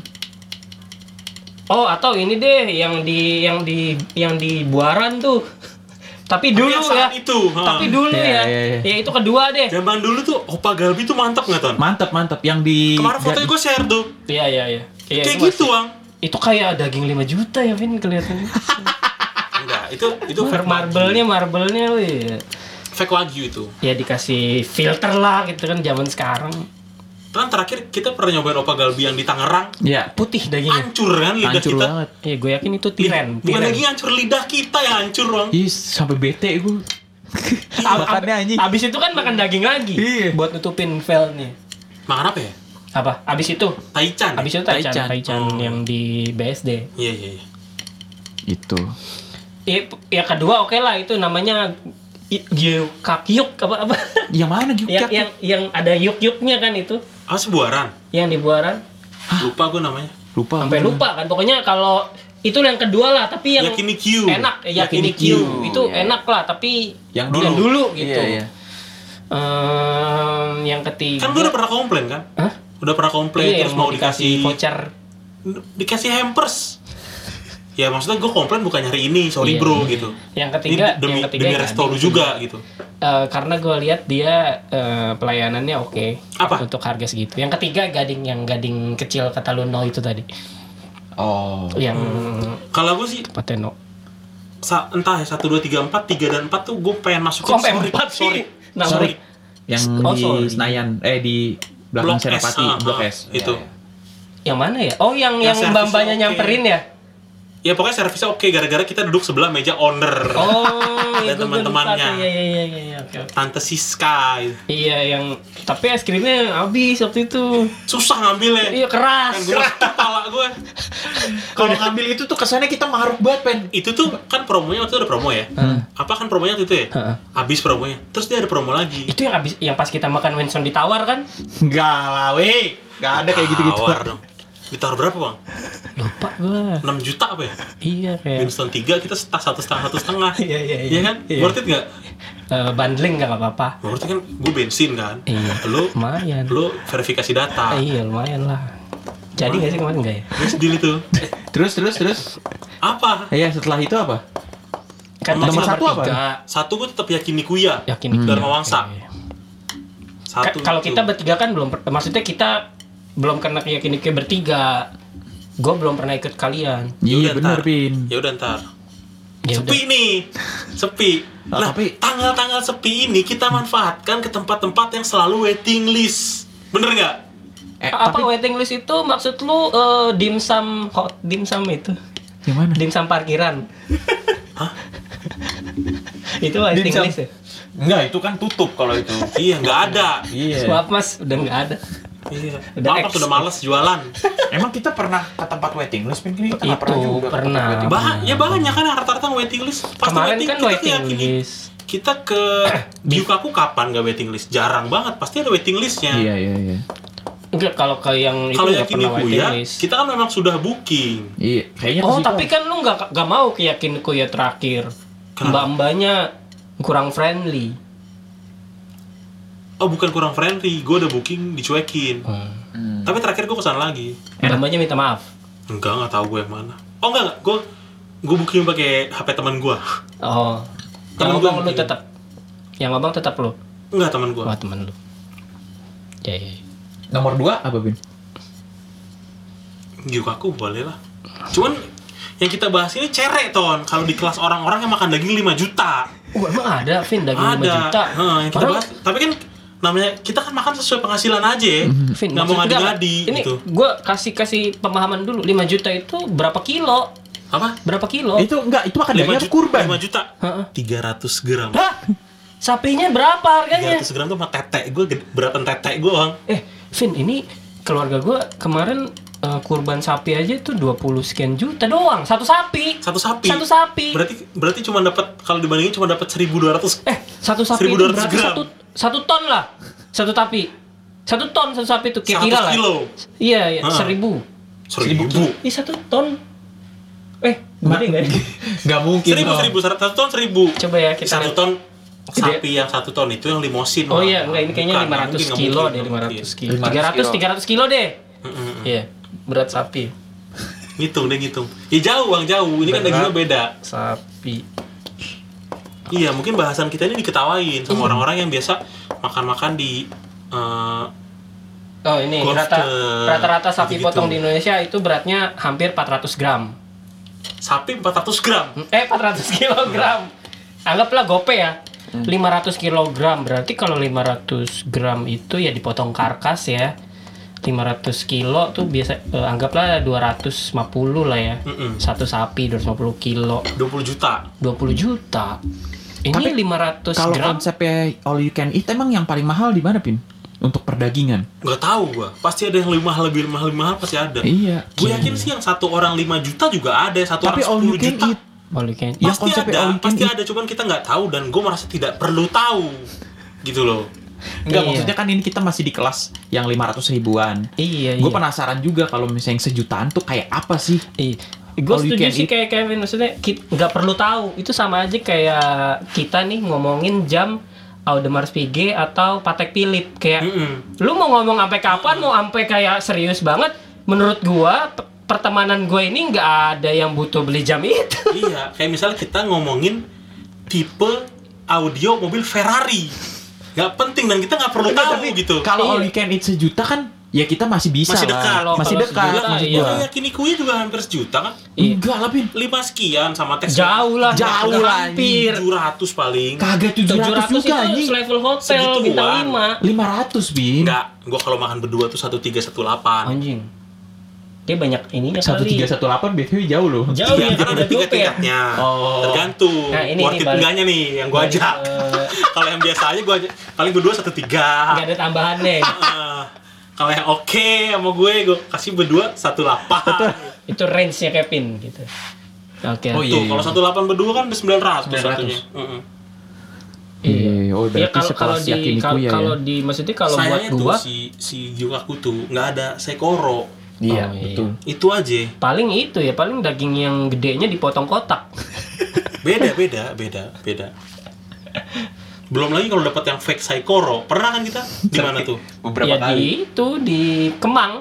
Oh, atau ini deh yang di yang di yang di Buaran tuh. Tapi dulu
yang
ya.
saat itu, ha.
Tapi dulu
Iya,
ya.
iya, iya.
Ya itu kedua deh.
Zaman dulu tuh Opa Galbi tuh mantep nggak Ton?
Mantap, mantap. Yang di
Kemarin fotonya gue share tuh.
Iya, iya, iya. Iya,
Kayak
itu
gitu
masih-
Bang.
Itu kayak daging lima juta ya, Vin, kelihatannya.
Enggak, itu itu fake
Marble-nya, marble-nya wih.
fake wagyu itu.
Ya dikasih filter lah gitu kan zaman sekarang.
Kan terakhir kita pernah nyobain Opa Galbi yang di Tangerang.
Ya,
Putih dagingnya.
Hancur kan lidah
hancur
kita.
banget.
Iya, gue yakin itu tiren.
Bukan
tiren.
lagi hancur lidah kita yang hancur Bang.
Ih, sampai bete gue.
Ab-
Makannya
ab-
anjing.
Abis itu kan makan daging lagi.
Iya.
Buat nutupin velnya.
Makan apa ya?
Apa? Abis itu?
Taichan.
Abis itu Taichan,
Taichan.
Taichan
Oh.
yang di B S D.
Iya iya iya.
Itu.
Ya, ya kedua oke lah itu namanya Gyukakyuk apa apa?
Yang mana
yang
Gyukyuk?
yang yang ada yuk-yuknya kan itu.
Ah sebuaran.
Yang di Buaran.
Lupa gue namanya.
Lupa.
Sampai
gua.
lupa kan. Pokoknya kalau itu yang kedua lah, tapi yang
Yakiniku.
enak ya
Yakiniku.
Yakiniku itu
Iya.
enak lah, tapi
Yang
yang
dulu.
dulu gitu.
Iya, iya.
Ehm, yang ketiga.
Kan gue udah pernah komplain kan?
Hah?
Udah pernah komplain
Iya,
terus
yang
mau dikasih
voucher.
dikasih hampers. Ya maksudnya gue komplain bukan nyari ini, sorry
Iya.
bro gitu.
Yang ketiga,
Ini demi,
yang ketiga
demi
yang
resto lu
gading
juga gitu.
Eh, karena gue lihat dia eh, pelayanannya oke.
Apa?
Untuk harga segitu. Yang ketiga gading yang gading kecil kata lu no itu tadi.
Oh.
Yang
Kalau gue sih
tempatnya no.
sa- entah ya satu dua tiga empat tiga dan empat tuh gue pengen masukin.
Kok sampai
sorry,
empat sih?
sorry,
Nah,
sorry.
Yang
Oh,
di
sorry.
Senayan eh di belakang
Blok S,
Senopati,
ah,
Blok
ah,
S.
itu.
Ya, ya.
Yang mana ya? Oh, yang
Yang
yang,
servisnya
mbak-mbaknya
oke.
nyamperin ya?
Ya pokoknya servisnya oke gara-gara kita duduk sebelah meja owner.
Oh,
Dan
iya, gua- gua lupa
teman-temannya.
tuh. Iya, iya, iya, iya, iya, oke, oke.
Tante Siska gitu.
Iya, yang tapi es krimnya habis waktu itu.
Susah ngambilnya.
Iya, keras.
Kan gue kepala gue.
Kalau ngambil itu tuh kesannya kita maruk banget, Pen.
Itu tuh kan promonya waktu itu ada promo ya. Apa kan promonya waktu itu ya?
Heeh.
Habis promonya. Terus dia ada promo lagi.
Itu yang habis yang pas kita makan Winston ditawar kan?
Enggak lah, weh. Enggak ada kayak gitu-gitu.
Tawar dong. Ditawar berapa bang?
Lupa gua.
enam juta apa ya?
Iya kayak.
Winston tiga kita setah satu setengah satu setengah.
Iya, iya, iya.
Iya kan?
Iya.
Worth it nggak?
Eh, bundling nggak apa-apa.
Worth it kan gue bensin kan.
Iya.
Lu
Lumayan.
lu verifikasi data.
Eh, iya lumayan lah. Jadi nggak sih kemarin nggak ya?
Terus deal itu.
Terus terus terus.
Apa?
Iya, setelah itu apa?
Kan
Nomor
tadi
satu apa?
tiga.
Satu gue tetap yakin Nikuya.
Yakin
Hmm.
itu.
Dharma Wangsa.
Oke.
Satu.
Ka- Kalau
itu.
kita bertiga kan belum, per- maksudnya kita belum kena keyakinan kayak bertiga. Gue belum pernah ikut kalian.
Iya,
Yaudah,
bener,
ntar.
Pin.
Ya udah ntar.
Ya
Sepi nih, sepi.
Oh,
Nah,
tapi-
tanggal-tanggal sepi ini kita manfaatkan ke tempat-tempat yang selalu waiting list. Bener nggak?
Eh,
apa
tapi
waiting list itu maksud lu eh, dimsum hot dimsum itu
yang mana?
dimsum parkiran.
Hah?
Itu waiting
Dimsum.
list ya?
Enggak, itu kan tutup kalau itu.
Iya, nggak ada.
Iya.
Maaf mas, udah nggak ada.
Iya.
Udah
Maaf,
X.
sudah males jualan.
Emang kita pernah ke tempat waiting list, Pin? Kita nggak
Itu,
pernah juga ke
pernah.
tempat waiting list.
Bah, ya banyak kan rata-rata waiting list. Pasti
Kemarin kan
kita
waiting
yakin.
list.
Kita ke Gyukaku kapan nggak waiting list? Jarang banget. Pasti ada waiting listnya.
Iya, iya, iya.
Enggak, kalau ke yang itu
Kalau
nggak
yakin
pernah
Niku
waiting
ya,
list.
kita kan memang sudah booking.
Iya, kayaknya ke
Oh,
situ.
tapi kan lu nggak nggak mau ke Yakiniku ya terakhir.
Kenapa?
Mbak-mbaknya kurang friendly.
Oh bukan kurang friendly, gue udah booking dicuekin.
Hmm.
Tapi terakhir gue kesana lagi.
Namanya minta maaf.
Enggak, nggak tahu gue yang mana. Oh enggak, enggak. gue gue booking pakai H P teman gue.
Oh.
Temen
Yang
gua
ngomong lu
mungkin.
tetap. Yang ngomong tetap lu.
Enggak, teman gue.
Wah, teman lu. Ya, ya. ya.
Nomor dua apa, Bin?
Gyukaku boleh lah. Cuman yang kita bahas ini cerek ton. Kalau di kelas orang-orang yang makan daging lima juta.
Oh, emang ada Vin daging lima
Ada.
juta.
Heeh, yang kita
Orang-
bahas. Tapi kan namanya kita kan makan sesuai penghasilan aja ya.
Vin,
Nggak mau
maksud gua,
ngadi-ngadi
ini
gitu.
gue kasih kasih pemahaman dulu. lima juta itu berapa kilo?
Apa?
Berapa kilo?
Itu enggak, itu makan
lima
daging apa
juta.
kurban?
lima juta.
Heeh.
tiga ratus gram.
Hah? Sapinya berapa
tiga
harganya?
ratus gram tuh sama tetek gue, beratan tetek gue, Bang.
Eh, Vin, ini keluarga gue kemarin eh, kurban sapi aja tuh dua puluh sekian juta doang. Satu sapi.
Satu sapi.
Satu sapi.
Berarti berarti cuma dapat, kalau dibandingin cuma dapat seribu dua ratus.
Eh, satu sapi itu
seribu dua ratus
berarti
gram.
satu, satu ton lah. Satu sapi. Satu ton satu sapi itu kira-kira
seratus
lah.
kilo.
Iya, iya,
Hah.
seribu.
Seribu.
Ih, satu ton. Eh, gede nggak nih?
Enggak mungkin.
Seribu,
dong.
seribu, satu ton seribu.
Coba ya kita
Satu
lihat.
ton
Gede.
sapi yang satu ton itu yang limosin.
Oh
Bang.
iya, enggak ini kayaknya
Bukan,
lima ratus
nggak mungkin,
kilo
nggak
deh,
mungkin,
lima
nggak
ratus
mungkin.
kilo.
lima ratus
tiga ratus,
kilo.
tiga ratus kilo deh.
Mm-mm.
Iya, berat sapi.
Ngitung deh, ngitung. Ya jauh, Bang, jauh. Ini kan
Berat.
dagingnya beda.
Sapi.
Iya, mungkin bahasan kita ini diketawain
Iya.
sama orang-orang yang biasa makan-makan di eh,
Oh ini
Golf
rata,
ke-
rata-rata sapi
gitu-gitu.
potong di Indonesia itu beratnya hampir empat ratus gram.
sapi empat ratus gram.
Eh empat ratus kilogram. Anggaplah gope ya. lima ratus kilogram. Berarti kalau lima ratus gram itu ya dipotong karkas ya. lima ratus kilo tuh biasa eh, anggaplah dua ratus lima puluh lah ya.
Mm-mm.
Satu sapi dua ratus lima puluh kilo.
dua puluh juta.
dua puluh juta. Ini
Tapi
lima ratus
Kalau
gram.
konsepnya all you can eat emang yang paling mahal di mana, Pin? Untuk perdagingan.
Nggak tahu gua. Pasti ada yang lebih mahal, lebih mahal, lebih mahal pasti ada.
Iya.
Gue yakin sih yang satu orang lima juta juga ada, satu
Tapi
orang
all you
sepuluh
can
juta.
eat.
All you can eat.
Yang
Pasti
konsepnya
ada,
all you can
pasti
eat.
ada, cuman kita nggak tahu dan gue merasa tidak perlu tahu, gitu loh.
Enggak,
Iya.
maksudnya kan ini kita masih di kelas yang lima ratus ribuan.
Iya,
Gue
iya.
penasaran juga kalau misalnya yang sejutaan tuh kayak apa sih?
Iya. Gue
All you
setuju
can
sih
eat.
kayak Kevin, maksudnya kita nggak perlu tahu. Itu sama aja kayak kita nih ngomongin jam Audemars Piguet atau Patek Philippe. Kayak
Mm-mm.
lu mau ngomong sampai kapan, mau sampai kayak serius banget. Menurut gua pe- pertemanan gue ini nggak ada yang butuh beli jam itu.
Iya, kayak misalnya kita ngomongin tipe audio mobil Ferrari, nggak penting dan kita nggak perlu
Enggak,
tahu
tapi
gitu.
Kalau
Iya.
all you can eat sejuta kan ya kita masih bisa
Masih
lah.
dekat.
Kalau-
Masih
kalau
dekat
sejuta,
maksud
iya.
gua.
Ya Kinikuya juga hampir sejuta kan?
Iya.
Enggak lah, Pin.
Lima sekian sama tes
Jauh lah,
Jauh
udah
lah,
hampir.
tujuh ratus paling.
Kagak tujuh ratus
tujuh ratus
juga
itu
anjing.
level hotel
Segituan.
bintang lima.
lima ratus, Bin.
Enggak, gua kalau makan berdua tuh satu tiga satu delapan.
Anjing. Dia banyak ininya
satu
kali.
tiga satu delapan B T W jauh loh.
Jauh
Iya,
ya,
karena ada
udah
tiga
gope ya.
tingkatnya.
Oh.
Tergantung.
Nah, ini-
Worth
ini
it
balik-
enggaknya nih yang gua
balik
ajak.
ke-
Kalau yang biasa aja gua ajak, paling berdua satu tiga.
Nggak ada tambahannya.
Ah, kalau yang oke sama gue, gue kasih berdua satu delapan.
Itu range-nya Kevin gitu. Oke.
Oh, iya.
Tuh, kalau satu delapan berdua kan udah sembilan ratus
sembilan ratus.
satunya. Mm-mm.
Iya, oh
Ya
berarti
kalau kalau
sekelas
di
Yakiniku
kalau
ya.
kalau di maksudnya kalau buat
Sayangnya tuh
gua
si si Gyukaku tuh nggak ada Sekoro.
Iya,
Oh, iya.
betul.
Itu aja.
paling itu ya paling daging yang gedenya dipotong kotak.
Beda, beda, beda, beda. Belum lagi kalau dapat yang fake Saikoro. Pernah kan kita? Di mana tuh?
Beberapa
ya
kali.
di itu di Kemang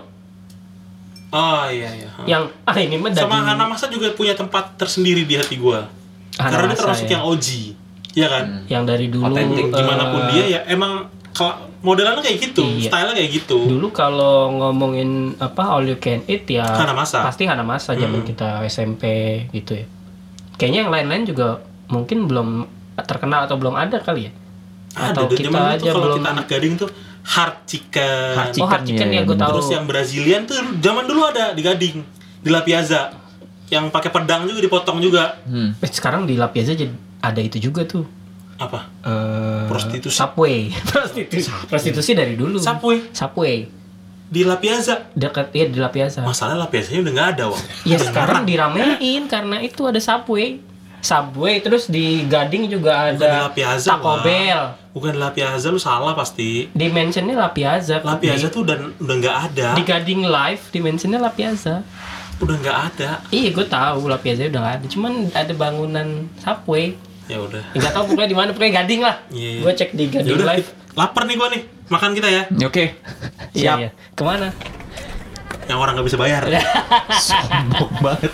Oh iya iya.
yang ah ini mah daging
Sama Hanamasa juga punya tempat tersendiri di hati gua. Karena dia
Hanamasa,
termasuk
ya.
yang O G. Iya kan?
yang dari dulu
Otentik,
eh,
Gimana pun dia ya emang kela- modelannya kayak gitu,
Iya.
stylenya kayak gitu.
dulu kalau ngomongin apa all you can eat ya
Hanamasa.
pasti Hanamasa zaman
Hmm.
kita S M P gitu ya. Kayaknya yang lain-lain juga mungkin belum terkenal atau belum ada kali ya.
Ada
Atau
dan
kita
zaman itu
aja
kalau
belum
kita anak gading tuh hard chicken.
Hard
Oh, hard chicken
Chicken,
ya,
ya,
gue
bener.
tahu.
Terus yang Brazilian tuh zaman dulu ada di Gading, di La Piazza. Yang pakai pedang juga dipotong juga.
Hmm.
Eh, sekarang di La Piazza jadi ada itu juga tuh.
Apa?
Eh,
Prostitusi.
Subway. Prostitusi. Prostitusi dari dulu.
Subway
Subway.
di La Piazza.
Dekat ya di La Piazza.
Masalah La Piazzanya udah nggak ada, Wang.
Ya sekarang diramein karena itu ada Subway. Subway terus di Gading juga
Bukan di La
ada
Piazza,
Taco
Wang.
Bell.
Bukan di La Piazza, lu salah pasti.
Dimensionnya La Piazza.
La Piazza
Di-
tuh udah udah nggak ada.
di Gading Live dimensionnya La Piazza.
Udah nggak ada.
Iya gue tahu La Piazza udah nggak ada. Cuman ada bangunan Subway.
Ya udah.
Nggak tahu pokoknya di mana, pokoknya Gading lah.
Iya, iya.
Gue cek di
Ya
Gading
udah,
Live.
lapar nih gua nih. Makan kita ya.
Oke.
Iya,
Siap.
iya. Kemana?
Yang orang nggak bisa bayar.
Sombong banget.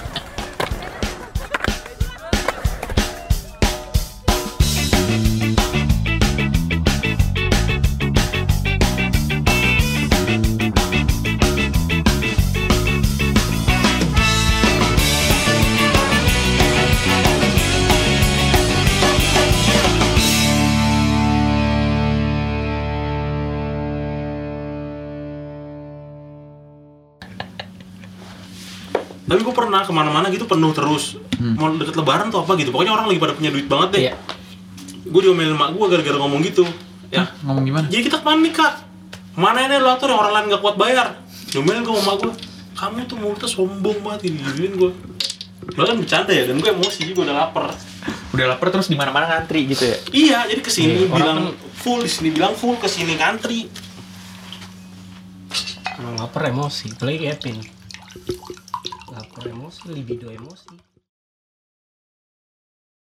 Tapi gue pernah kemana-mana gitu penuh terus. Mau deket lebaran tuh apa gitu. Pokoknya orang lagi pada punya duit banget deh.
Iya.
Gue diomelin emak gue gara-gara ngomong gitu. Ya.
Ngomong gimana?
Jadi kita kemana nih kak? Mana ini lo atur yang orang lain gak kuat bayar? Diomelin gue sama emak gue. Kamu tuh mulutnya sombong banget, gini-giniin gue. Bahkan bercanda ya, dan gue emosi, gue udah lapar.
Udah lapar terus di mana-mana ngantri gitu ya.
Iya, jadi kesini
Iya, orang
bilang
kan-
full, di sini bilang full, kesini ngantri.
Emang lapar emosi, apalagi Kevin. Lapar emosi, libido emosi.